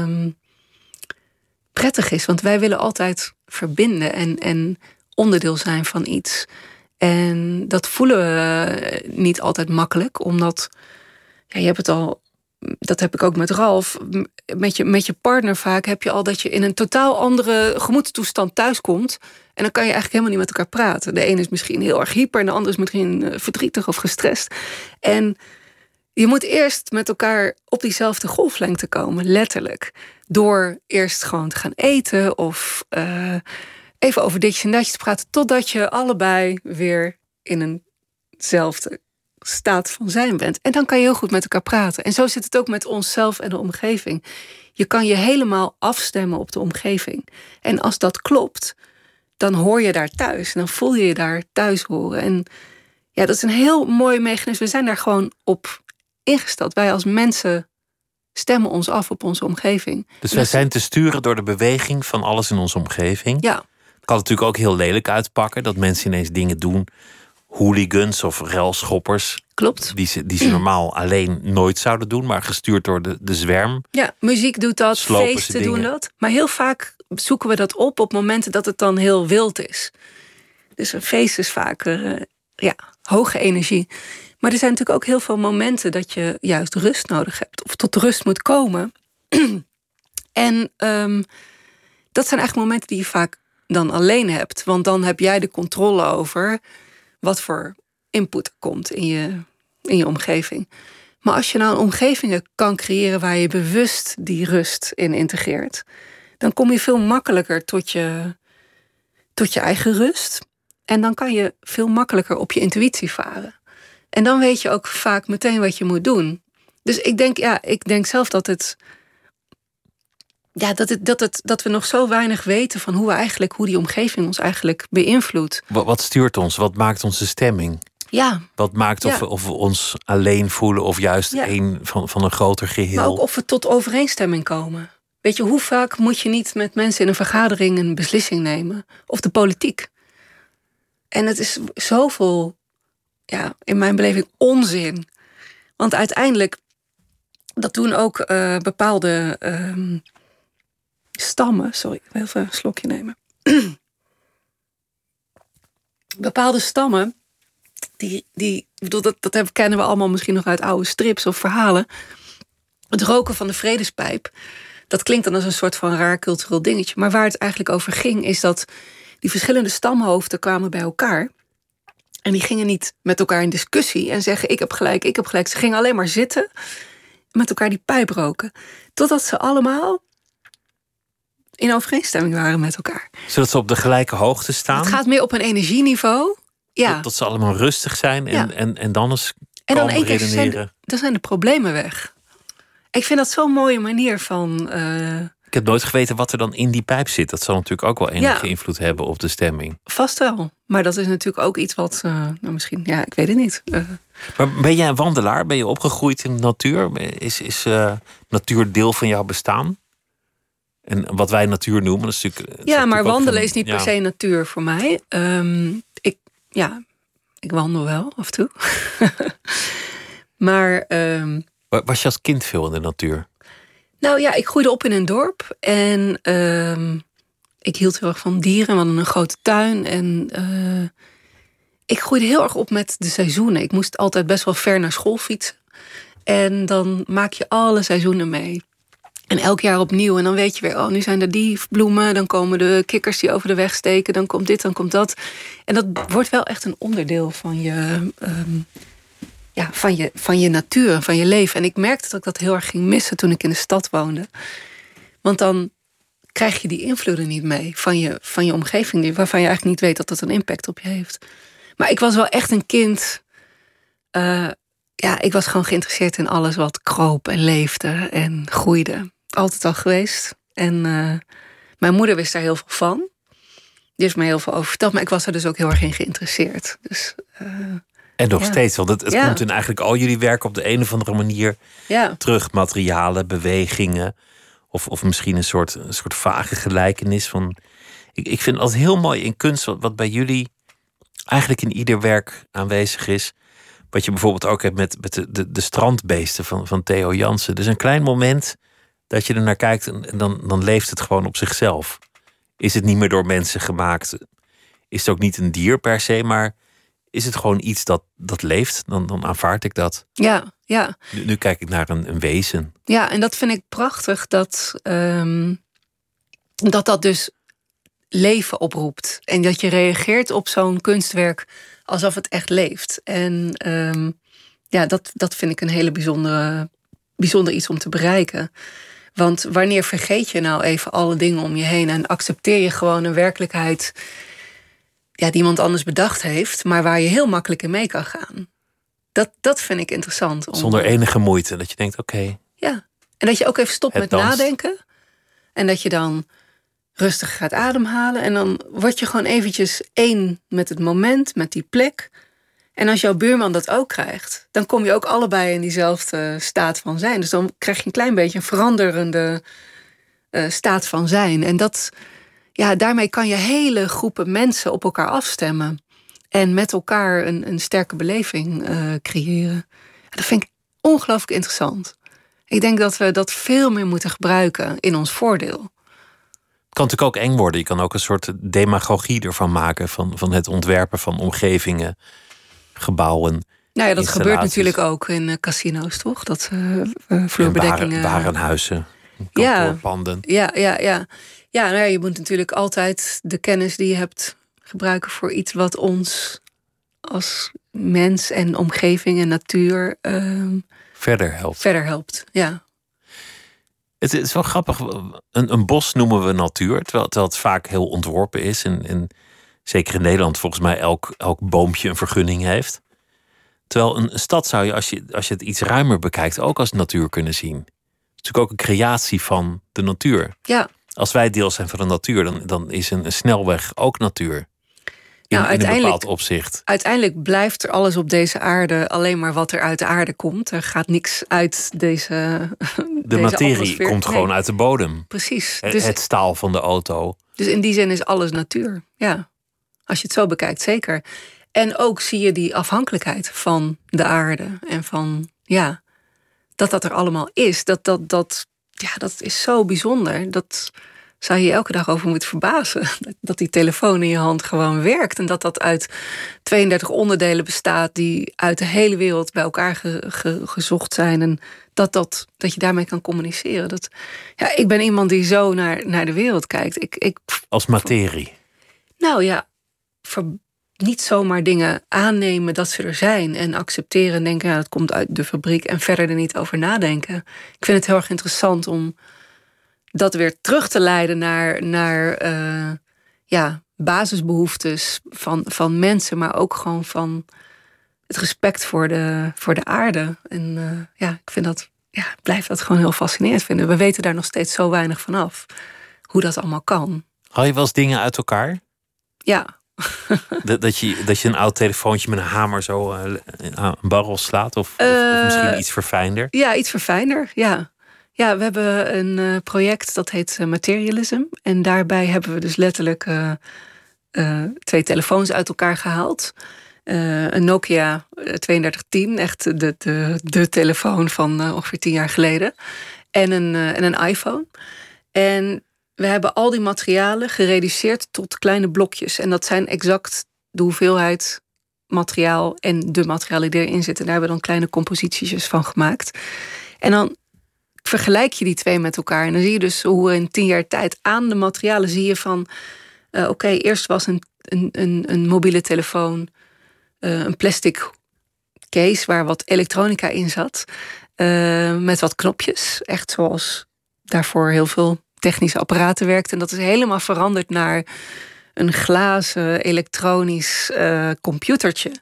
S5: prettig is, want wij willen altijd verbinden en onderdeel zijn van iets. En dat voelen we niet altijd makkelijk, omdat je hebt het al, dat heb ik ook met Ralf, met je partner vaak heb je al dat je in een totaal andere gemoedstoestand thuiskomt. En dan kan je eigenlijk helemaal niet met elkaar praten. De ene is misschien heel erg hyper en de andere is misschien verdrietig of gestrest. En je moet eerst met elkaar op diezelfde golflengte komen, letterlijk. Door eerst gewoon te gaan eten of even over ditjes en datjes te praten, totdat je allebei weer in eenzelfde staat van zijn bent. En dan kan je heel goed met elkaar praten. En zo zit het ook met onszelf en de omgeving. Je kan je helemaal afstemmen op de omgeving. En als dat klopt, dan hoor je daar thuis. En dan voel je je daar thuis horen. En ja, dat is een heel mooi mechanisme. We zijn daar gewoon op ingesteld. Wij als mensen stemmen ons af op onze omgeving.
S4: Dus wij zijn te sturen door de beweging van alles in onze omgeving.
S5: Ja.
S4: Kan het natuurlijk ook heel lelijk uitpakken, dat mensen ineens dingen doen, hooligans of relschoppers.
S5: Klopt.
S4: Die ze normaal alleen nooit zouden doen, maar gestuurd door de zwerm.
S5: Ja, muziek doet dat, feesten doen dat. Maar heel vaak zoeken we dat op momenten dat het dan heel wild is. Dus een feest is vaak hoge energie. Maar er zijn natuurlijk ook heel veel momenten dat je juist rust nodig hebt, of tot rust moet komen. En dat zijn eigenlijk momenten die je vaak dan alleen hebt. Want dan heb jij de controle over wat voor input er komt in je omgeving. Maar als je nou omgevingen kan creëren waar je bewust die rust in integreert, dan kom je veel makkelijker tot je eigen rust. En dan kan je veel makkelijker op je intuïtie varen. En dan weet je ook vaak meteen wat je moet doen. Dus ik denk zelf dat we nog zo weinig weten van hoe die omgeving ons eigenlijk beïnvloedt.
S4: Wat stuurt ons? Wat maakt onze stemming?
S5: Ja.
S4: Wat maakt of we ons alleen voelen of juist één van een groter geheel.
S5: Maar ook of we tot overeenstemming komen. Weet je, hoe vaak moet je niet met mensen in een vergadering een beslissing nemen? Of de politiek. En het is zoveel, in mijn beleving, onzin. Want uiteindelijk, dat doen ook bepaalde stammen. Sorry, ik wil even een slokje nemen. Bepaalde stammen, dat kennen we allemaal misschien nog uit oude strips of verhalen. Het roken van de vredespijp, dat klinkt dan als een soort van raar cultureel dingetje. Maar waar het eigenlijk over ging, is dat die verschillende stamhoofden kwamen bij elkaar. En die gingen niet met elkaar in discussie en zeggen: ik heb gelijk, ik heb gelijk. Ze gingen alleen maar zitten en met elkaar die pijp roken. Totdat ze allemaal in overeenstemming waren met elkaar.
S4: Zodat ze op de gelijke hoogte staan?
S5: Het gaat meer op een energieniveau. Ja.
S4: Dat ze allemaal rustig zijn en dan eens
S5: en dan één
S4: redeneren.
S5: Dan zijn de problemen weg. Ik vind dat zo'n mooie manier van...
S4: Ik heb nooit geweten wat er dan in die pijp zit. Dat zal natuurlijk ook wel enige invloed hebben op de stemming.
S5: Vast wel. Maar dat is natuurlijk ook iets wat... misschien, ik weet het niet.
S4: Maar ben jij een wandelaar? Ben je opgegroeid in de natuur? Is natuur deel van jouw bestaan? En wat wij natuur noemen, dat is natuurlijk...
S5: maar wandelen is niet per se natuur voor mij. Ik wandel wel af en toe. Maar...
S4: Was je als kind veel in de natuur?
S5: Nou ja, ik groeide op in een dorp. En ik hield heel erg van dieren. We hadden een grote tuin. En ik groeide heel erg op met de seizoenen. Ik moest altijd best wel ver naar school fietsen. En dan maak je alle seizoenen mee. En elk jaar opnieuw. En dan weet je weer, nu zijn er die bloemen. Dan komen de kikkers die over de weg steken. Dan komt dit, dan komt dat. En dat wordt wel echt een onderdeel van je... van je natuur, van je leven. En ik merkte dat ik dat heel erg ging missen toen ik in de stad woonde. Want dan krijg je die invloeden niet mee van je omgeving, waarvan je eigenlijk niet weet dat dat een impact op je heeft. Maar ik was wel echt een kind. Ik was gewoon geïnteresseerd in alles wat kroop en leefde en groeide. Altijd al geweest. En mijn moeder wist daar heel veel van. Die heeft me heel veel over verteld, maar ik was er dus ook heel erg in geïnteresseerd. Dus...
S4: En nog steeds, want het komt in eigenlijk al jullie werk op de een of andere manier terug. Materialen, bewegingen. Of misschien een soort vage gelijkenis. Van, ik vind het altijd heel mooi in kunst, wat bij jullie eigenlijk in ieder werk aanwezig is. Wat je bijvoorbeeld ook hebt met de strandbeesten van Theo Jansen. Dus een klein moment dat je er naar kijkt en dan leeft het gewoon op zichzelf. Is het niet meer door mensen gemaakt? Is het ook niet een dier per se, maar... Is het gewoon iets dat leeft? Dan aanvaard ik dat.
S5: Ja.
S4: Nu kijk ik naar een wezen.
S5: Ja, en dat vind ik prachtig. Dat dus leven oproept. En dat je reageert op zo'n kunstwerk alsof het echt leeft. En dat vind ik een hele bijzonder iets om te bereiken. Want wanneer vergeet je nou even alle dingen om je heen... en accepteer je gewoon een werkelijkheid... die iemand anders bedacht heeft, maar waar je heel makkelijk in mee kan gaan. Dat vind ik interessant.
S4: Zonder enige moeite, dat je denkt, oké.
S5: Ja, en dat je ook even stopt met nadenken. En dat je dan rustig gaat ademhalen. En dan word je gewoon eventjes één met het moment, met die plek. En als jouw buurman dat ook krijgt, dan kom je ook allebei in diezelfde staat van zijn. Dus dan krijg je een klein beetje een veranderende staat van zijn. En daarmee kan je hele groepen mensen op elkaar afstemmen. En met elkaar een sterke beleving creëren. Dat vind ik ongelooflijk interessant. Ik denk dat we dat veel meer moeten gebruiken in ons voordeel.
S4: Het kan natuurlijk ook eng worden. Je kan ook een soort demagogie ervan maken. Van het ontwerpen van omgevingen, gebouwen.
S5: Nou ja, dat gebeurt natuurlijk ook in casino's, toch? Dat vloerbedekkingen...
S4: Warenhuizen, kantoorpanden.
S5: Ja, je moet natuurlijk altijd de kennis die je hebt gebruiken voor iets wat ons als mens en omgeving en natuur verder helpt. Ja.
S4: Het is wel grappig. Een bos noemen we natuur, terwijl het vaak heel ontworpen is. En zeker in Nederland volgens mij elk boompje een vergunning heeft. Terwijl een stad zou je, als je het iets ruimer bekijkt, ook als natuur kunnen zien. Het is natuurlijk ook een creatie van de natuur.
S5: Ja.
S4: Als wij deel zijn van de natuur, dan is een snelweg ook natuur. in een bepaald opzicht.
S5: Uiteindelijk blijft er alles op deze aarde alleen maar wat er uit de aarde komt. Er gaat niks uit deze
S4: De materie komt gewoon uit de bodem.
S5: Precies.
S4: Het staal van de auto. Dus
S5: in die zin is alles natuur. Ja, als je het zo bekijkt, zeker. En ook zie je die afhankelijkheid van de aarde. En van, dat er allemaal is. Dat is zo bijzonder. Dat zou je elke dag over moeten verbazen. Dat die telefoon in je hand gewoon werkt. En dat uit 32 onderdelen bestaat die uit de hele wereld bij elkaar gezocht zijn. En dat je daarmee kan communiceren. Ik ben iemand die zo naar de wereld kijkt.
S4: Als materie?
S5: Nou ja, niet zomaar dingen aannemen dat ze er zijn. En accepteren en denken, dat komt uit de fabriek. En verder er niet over nadenken. Ik vind het heel erg interessant om dat weer terug te leiden naar basisbehoeftes van mensen, maar ook gewoon van het respect voor de aarde. En ik vind dat, blijf dat gewoon heel fascinerend vinden. We weten daar nog steeds zo weinig van af. Hoe dat allemaal kan.
S4: Haal je wel eens dingen uit elkaar?
S5: Ja.
S4: dat je een oud telefoontje met een hamer zo een barrel slaat? Of misschien iets verfijnder? Ja, iets verfijnder, ja. Ja, we hebben een project dat heet Materialism. En daarbij hebben we dus letterlijk 2 telefoons uit elkaar gehaald. Een Nokia 3210, echt de telefoon van ongeveer 10 jaar geleden. En een iPhone. En we hebben al die materialen gereduceerd tot kleine blokjes. En dat zijn exact de hoeveelheid materiaal en de materialen die erin zitten. Daar hebben we dan kleine composities van gemaakt. En dan vergelijk je die 2 met elkaar. En dan zie je dus hoe in 10 jaar tijd aan de materialen zie je van eerst was een mobiele telefoon een plastic case waar wat elektronica in zat. Met wat knopjes. Echt zoals daarvoor heel veel technische apparaten werkten. En dat is helemaal veranderd naar een glazen elektronisch computertje.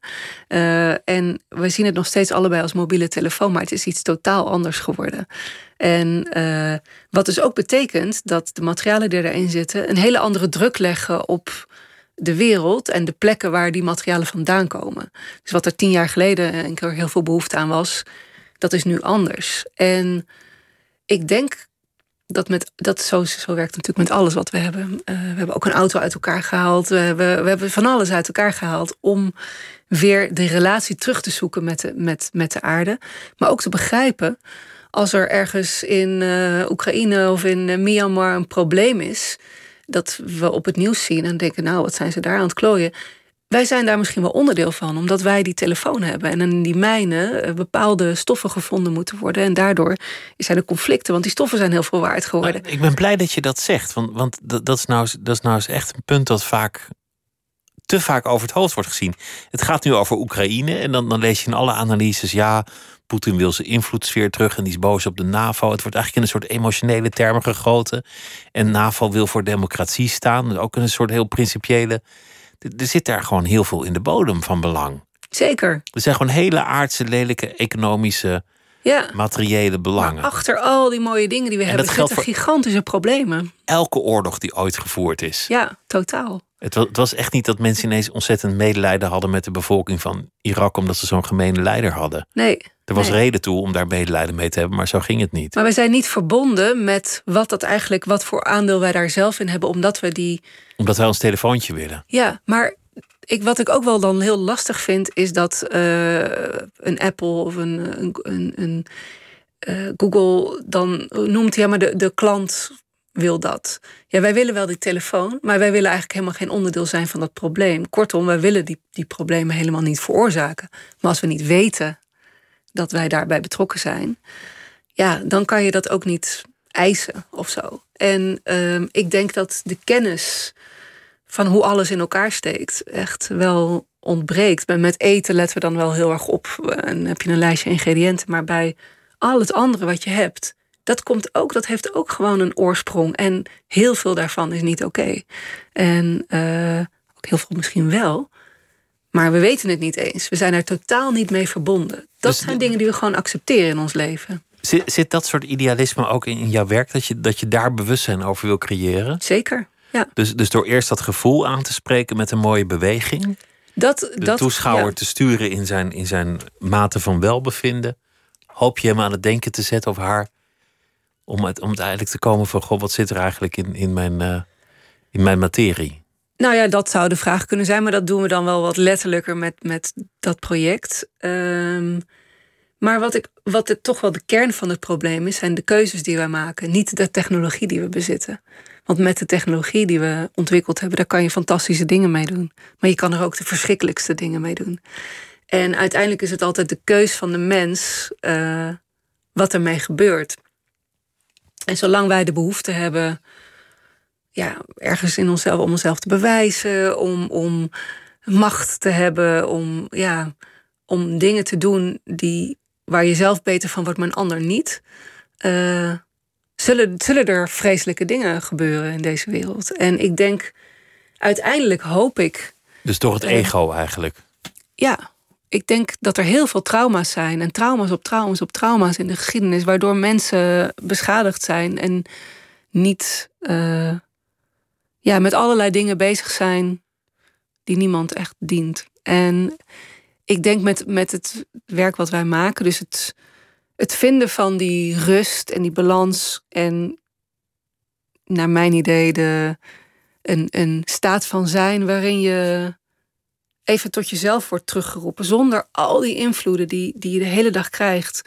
S4: En we zien het nog steeds allebei als mobiele telefoon, maar het is iets totaal anders geworden. En wat dus ook betekent dat de materialen die erin zitten een hele andere druk leggen op de wereld en de plekken waar die materialen vandaan komen. Dus wat er 10 jaar geleden een keer heel veel behoefte aan was, dat is nu anders. En ik denk dat zo werkt natuurlijk met alles wat we hebben. We hebben ook een auto uit elkaar gehaald. We hebben van alles uit elkaar gehaald om weer de relatie terug te zoeken met de aarde. Maar ook te begrijpen, als er ergens in Oekraïne of in Myanmar een probleem is, dat we op het nieuws zien en denken, nou, wat zijn ze daar aan het klooien? Wij zijn daar misschien wel onderdeel van, omdat wij die telefoon hebben. En in die mijnen bepaalde stoffen gevonden moeten worden. En daardoor zijn er conflicten, want die stoffen zijn heel veel waard geworden. Ik ben blij dat je dat zegt. Want dat is nou eens echt een punt dat te vaak over het hoofd wordt gezien. Het gaat nu over Oekraïne. En dan lees je in alle analyses, ja, Poetin wil zijn invloedssfeer terug en die is boos op de NAVO. Het wordt eigenlijk in een soort emotionele termen gegoten. En NAVO wil voor democratie staan. Ook in een soort heel principiële. Er zit daar gewoon heel veel in de bodem van belang.
S5: Zeker.
S4: Er zijn gewoon hele aardse, lelijke, economische, materiële belangen.
S5: Maar achter al die mooie dingen die we hebben, zitten gigantische problemen.
S4: Elke oorlog die ooit gevoerd is.
S5: Ja, totaal.
S4: Het was echt niet dat mensen ineens ontzettend medelijden hadden met de bevolking van Irak, omdat ze zo'n gemene leider hadden.
S5: Nee.
S4: Er was reden toe om daar medelijden mee te hebben, maar zo ging het niet.
S5: Maar wij zijn niet verbonden met wat voor aandeel wij daar zelf in hebben, omdat
S4: wij ons telefoontje willen.
S5: Ja, maar wat ik ook wel dan heel lastig vind, is dat een Apple of een Google dan noemt, ja, maar de klant wil dat. Ja, wij willen wel die telefoon, maar wij willen eigenlijk helemaal geen onderdeel zijn van dat probleem. Kortom, wij willen die problemen helemaal niet veroorzaken. Maar als we niet weten dat wij daarbij betrokken zijn, ja, dan kan je dat ook niet eisen of zo. En ik denk dat de kennis van hoe alles in elkaar steekt echt wel ontbreekt. Met eten letten we dan wel heel erg op. En heb je een lijstje ingrediënten, maar bij al het andere wat je hebt, dat heeft ook gewoon een oorsprong. En heel veel daarvan is niet oké. En ook heel veel misschien wel. Maar we weten het niet eens. We zijn er totaal niet mee verbonden. Dat zijn dingen die we gewoon accepteren in ons leven.
S4: Zit dat soort idealisme ook in jouw werk? Dat je daar bewustzijn over wil creëren?
S5: Zeker. Ja.
S4: Dus door eerst dat gevoel aan te spreken met een mooie beweging, de toeschouwer te sturen in zijn mate van welbevinden, hoop je hem aan het denken te zetten of haar, om uiteindelijk te komen van, goh, wat zit er eigenlijk in mijn materie?
S5: Nou ja, dat zou de vraag kunnen zijn, maar dat doen we dan wel wat letterlijker met dat project. Maar wat het toch wel de kern van het probleem is, zijn de keuzes die wij maken, niet de technologie die we bezitten. Want met de technologie die we ontwikkeld hebben, daar kan je fantastische dingen mee doen. Maar je kan er ook de verschrikkelijkste dingen mee doen. En uiteindelijk is het altijd de keus van de mens wat ermee gebeurt. En zolang wij de behoefte hebben, ja, ergens in onszelf om onszelf te bewijzen, om macht te hebben, om dingen te doen waar je zelf beter van wordt, maar een ander niet, zullen er vreselijke dingen gebeuren in deze wereld. En ik denk, uiteindelijk hoop ik.
S4: Dus door het ego eigenlijk.
S5: Ja, ik denk dat er heel veel trauma's zijn. En trauma's op trauma's op trauma's in de geschiedenis, waardoor mensen beschadigd zijn en niet met allerlei dingen bezig zijn die niemand echt dient. En ik denk met het werk wat wij maken, dus het vinden van die rust en die balans en naar mijn idee een staat van zijn waarin je even tot jezelf wordt teruggeroepen, zonder al die invloeden die je de hele dag krijgt.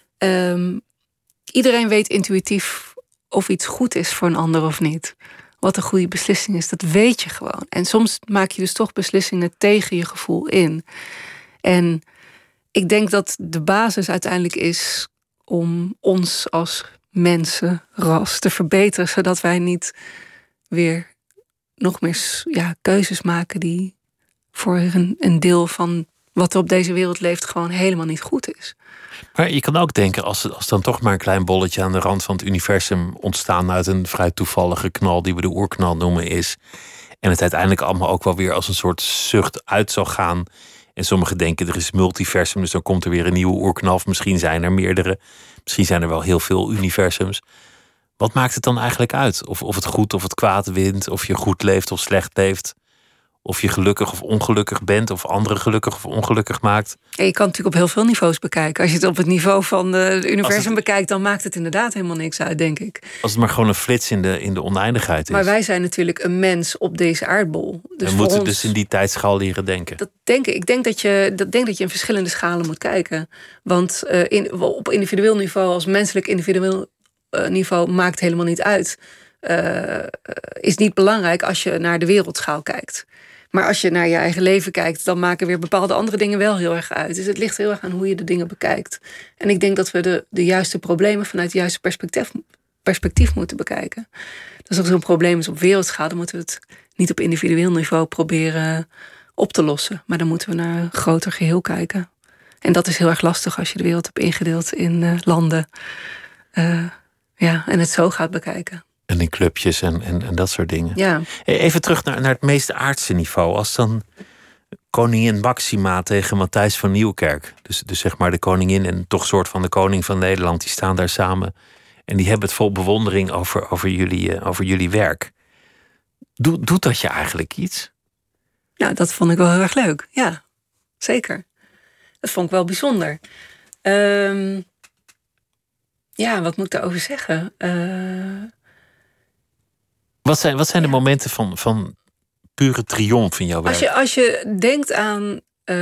S5: Iedereen weet intuïtief of iets goed is voor een ander of niet. Wat een goede beslissing is, dat weet je gewoon. En soms maak je dus toch beslissingen tegen je gevoel in. En ik denk dat de basis uiteindelijk is om ons als mensenras te verbeteren, zodat wij niet weer nog meer keuzes maken die voor een deel van wat er op deze wereld leeft gewoon helemaal niet goed is.
S4: Maar je kan ook denken, als dan toch maar een klein bolletje aan de rand van het universum ontstaan uit een vrij toevallige knal die we de oerknal noemen is, en het uiteindelijk allemaal ook wel weer als een soort zucht uit zal gaan. En sommigen denken er is multiversum, dus dan komt er weer een nieuwe oerknal. Of misschien zijn er meerdere. Misschien zijn er wel heel veel universums. Wat maakt het dan eigenlijk uit? Of het goed of het kwaad wint. Of je goed leeft of slecht leeft. Of je gelukkig of ongelukkig bent. Of anderen gelukkig of ongelukkig maakt.
S5: En je kan het natuurlijk op heel veel niveaus bekijken. Als je het op het niveau van het universum bekijkt, dan maakt het inderdaad helemaal niks uit, denk ik.
S4: Als het maar gewoon een flits in de oneindigheid is.
S5: Maar wij zijn natuurlijk een mens op deze aardbol. Dus
S4: we moeten dus in die tijdschaal leren denken.
S5: Dat denk ik. Ik denk dat je in verschillende schalen moet kijken. Want op individueel niveau, als menselijk individueel niveau, maakt helemaal niet uit. Is niet belangrijk als je naar de wereldschaal kijkt. Maar als je naar je eigen leven kijkt, dan maken weer bepaalde andere dingen wel heel erg uit. Dus het ligt heel erg aan hoe je de dingen bekijkt. En ik denk dat we de juiste problemen vanuit het juiste perspectief moeten bekijken. Dus als er een probleem is op wereldschaal, dan moeten we het niet op individueel niveau proberen op te lossen. Maar dan moeten we naar een groter geheel kijken. En dat is heel erg lastig als je de wereld hebt ingedeeld in landen. En het zo gaat bekijken.
S4: En in clubjes en dat soort dingen.
S5: Ja.
S4: Even terug naar het meest aardse niveau. Als dan koningin Maxima tegen Matthijs van Nieuwkerk, dus zeg maar de koningin en toch soort van de koning van Nederland, die staan daar samen. En die hebben het vol bewondering over jullie werk. Doet dat je eigenlijk iets?
S5: Nou, dat vond ik wel heel erg leuk. Ja, zeker. Dat vond ik wel bijzonder. Wat moet ik daarover zeggen?
S4: Wat zijn de momenten van pure triomf in jouw werk?
S5: Als je denkt aan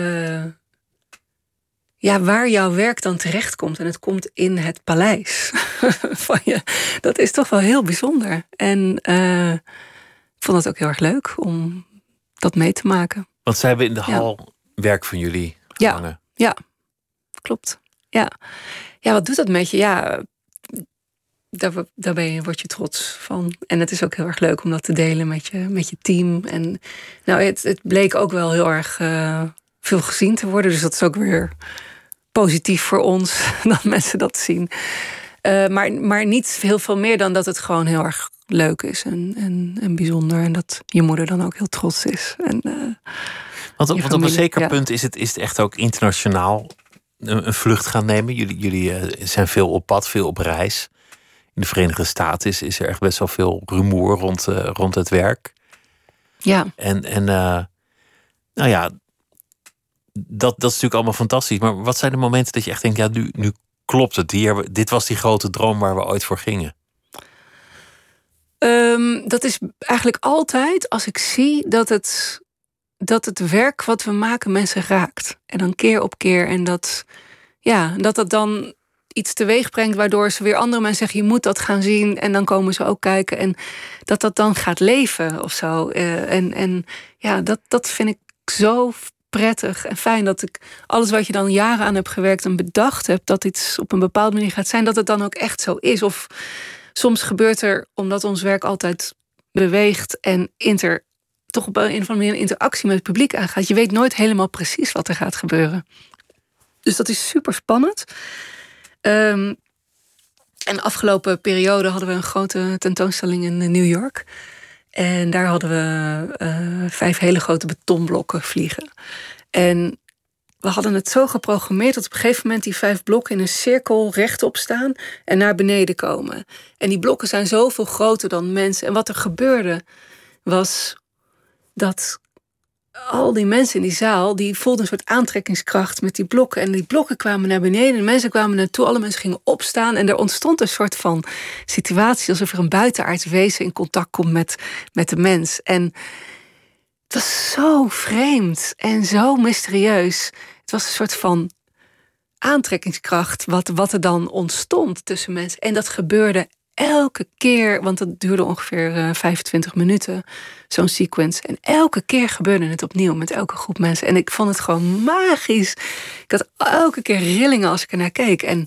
S5: waar jouw werk dan terechtkomt, en het komt in het paleis van je, dat is toch wel heel bijzonder. En ik vond het ook heel erg leuk om dat mee te maken.
S4: Want zij hebben in de hal werk van jullie gehangen.
S5: Ja, klopt. Ja, wat doet dat met je? Ja, daar word je trots van. En het is ook heel erg leuk om dat te delen met je team. En nou, het bleek ook wel heel erg veel gezien te worden. Dus dat is ook weer positief voor ons dat mensen dat zien. Maar niet heel veel meer dan dat het gewoon heel erg leuk is en bijzonder. En dat je moeder dan ook heel trots is.
S4: Want op een zeker punt is het echt ook internationaal een vlucht gaan nemen. Jullie zijn veel op pad, veel op reis. in de Verenigde Staten is er echt best wel veel rumoer rond het werk.
S5: Ja.
S4: En nou ja, dat is natuurlijk allemaal fantastisch. Maar wat zijn de momenten dat je echt denkt, ja, nu klopt het. Dit was die grote droom waar we ooit voor gingen.
S5: Dat is eigenlijk altijd als ik zie dat het werk wat we maken mensen raakt. En dan keer op keer. En dat dan iets teweeg brengt waardoor ze weer andere mensen zeggen, je moet dat gaan zien. En dan komen ze ook kijken. En dat dan gaat leven of zo. Dat vind ik zo prettig en fijn, dat ik alles wat je dan jaren aan hebt gewerkt en bedacht hebt, dat iets op een bepaalde manier gaat zijn, dat het dan ook echt zo is. Of soms gebeurt er, omdat ons werk altijd beweegt en toch op een of andere manier een interactie met het publiek aangaat. Je weet nooit helemaal precies wat er gaat gebeuren. Dus dat is super spannend. En de afgelopen periode hadden we een grote tentoonstelling in New York. En daar hadden we 5 hele grote betonblokken vliegen. En we hadden het zo geprogrammeerd dat op een gegeven moment die 5 blokken in een cirkel rechtop staan en naar beneden komen. En die blokken zijn zoveel groter dan mensen. En wat er gebeurde was dat al die mensen in die zaal, die voelden een soort aantrekkingskracht met die blokken. En die blokken kwamen naar beneden en mensen kwamen naartoe. Alle mensen gingen opstaan en er ontstond een soort van situatie alsof er een buitenaards wezen in contact komt met de mens. En het was zo vreemd en zo mysterieus. Het was een soort van aantrekkingskracht wat er dan ontstond tussen mensen. En dat gebeurde elke keer, want dat duurde ongeveer 25 minuten, zo'n sequence. En elke keer gebeurde het opnieuw met elke groep mensen. En ik vond het gewoon magisch. Ik had elke keer rillingen als ik ernaar keek. En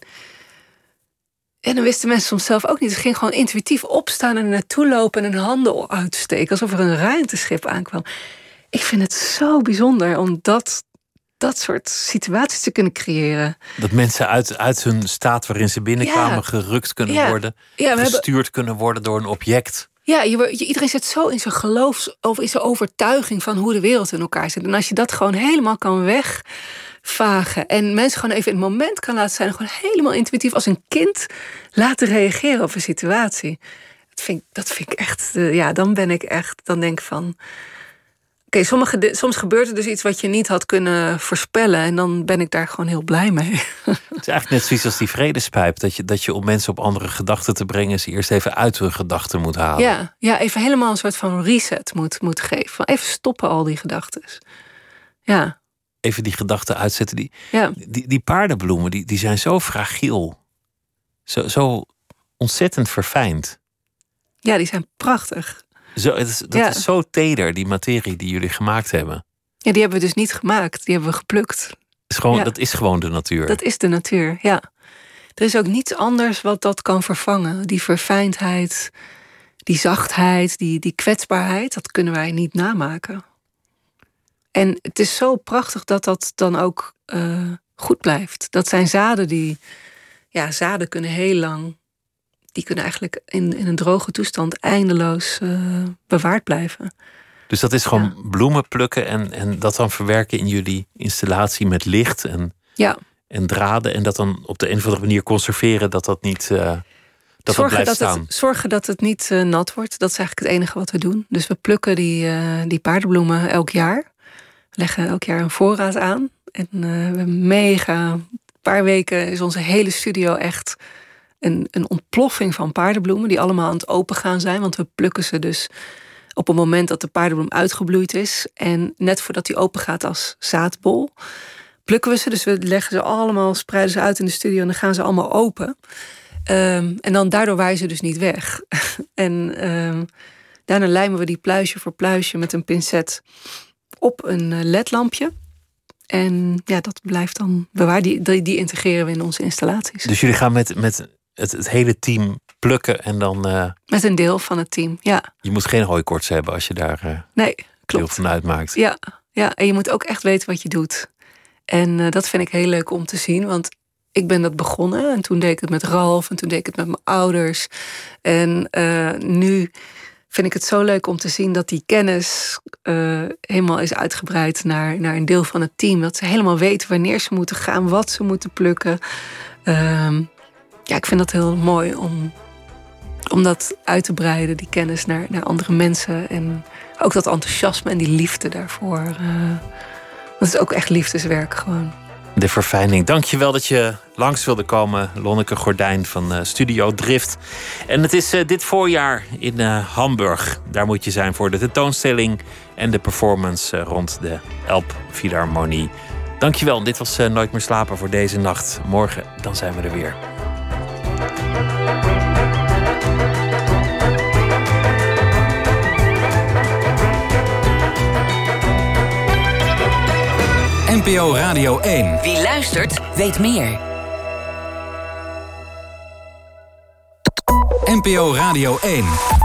S5: dan wisten mensen soms zelf ook niet. Ze gingen gewoon intuïtief opstaan en er naartoe lopen en hun handen uitsteken, alsof er een ruimteschip aankwam. Ik vind het zo bijzonder om dat soort situaties te kunnen creëren. Dat mensen uit hun staat waarin ze binnenkwamen gerukt kunnen worden. Gestuurd kunnen worden door een object. Ja, iedereen zit zo in zijn geloof of in zijn overtuiging van hoe de wereld in elkaar zit. En als je dat gewoon helemaal kan wegvagen en mensen gewoon even in het moment kan laten zijn, gewoon helemaal intuïtief als een kind laten reageren op een situatie. Dat vind ik echt, dan denk ik van, oké, soms gebeurt er dus iets wat je niet had kunnen voorspellen. En dan ben ik daar gewoon heel blij mee. Het is eigenlijk net zoiets als die vredespijp. Dat je om mensen op andere gedachten te brengen, ze eerst even uit hun gedachten moet halen. Ja, even helemaal een soort van reset moet geven. Even stoppen al die gedachten. Ja. Even die gedachten uitzetten. Die paardenbloemen, die zijn zo fragiel. Zo ontzettend verfijnd. Ja, die zijn prachtig. Dat is zo teder, die materie die jullie gemaakt hebben. Ja, die hebben we dus niet gemaakt. Die hebben we geplukt. Dat is gewoon de natuur. Dat is de natuur, ja. Er is ook niets anders wat dat kan vervangen. Die verfijndheid, die zachtheid, die kwetsbaarheid, dat kunnen wij niet namaken. En het is zo prachtig dat dan ook goed blijft. Dat zijn zaden zaden kunnen heel lang, die kunnen eigenlijk in een droge toestand eindeloos bewaard blijven. Dus dat is gewoon bloemen plukken en dat dan verwerken in jullie installatie met licht en draden. En dat dan op de een of andere manier conserveren dat niet dat blijft staan. Zorgen dat het niet nat wordt. Dat is eigenlijk het enige wat we doen. Dus we plukken die paardenbloemen elk jaar. We leggen elk jaar een voorraad aan. En we hebben een paar weken is onze hele studio echt een ontploffing van paardenbloemen die allemaal aan het open gaan zijn. Want we plukken ze dus op het moment dat de paardenbloem uitgebloeid is. En net voordat die open gaat als zaadbol, plukken we ze. Dus we leggen ze allemaal, spreiden ze uit in de studio en dan gaan ze allemaal open. En dan daardoor waaien ze dus niet weg. En daarna lijmen we die pluisje voor pluisje met een pincet op een ledlampje. En dat blijft dan bewaard. Die integreren we in onze installaties. Dus jullie gaan met het hele team plukken en dan met een deel van het team, ja. Je moet geen hooikoorts hebben als je daar deel van uitmaakt. Ja, en je moet ook echt weten wat je doet. En dat vind ik heel leuk om te zien, want ik ben dat begonnen en toen deed ik het met Ralf en toen deed ik het met mijn ouders. En nu vind ik het zo leuk om te zien dat die kennis helemaal is uitgebreid naar een deel van het team. Dat ze helemaal weten wanneer ze moeten gaan, wat ze moeten plukken. Ik vind dat heel mooi om dat uit te breiden, die kennis naar andere mensen. En ook dat enthousiasme en die liefde daarvoor. Dat is ook echt liefdeswerk gewoon.
S4: De verfijning. Dank je wel dat je langs wilde komen, Lonneke Gordijn van Studio Drift. En het is dit voorjaar in Hamburg. Daar moet je zijn voor de tentoonstelling en de performance rond de Elbphilharmonie. Dank je wel. Dit was Nooit meer slapen voor deze nacht. Morgen, dan zijn we er weer.
S2: NPO Radio 1.
S3: Wie luistert, weet meer.
S2: NPO Radio 1.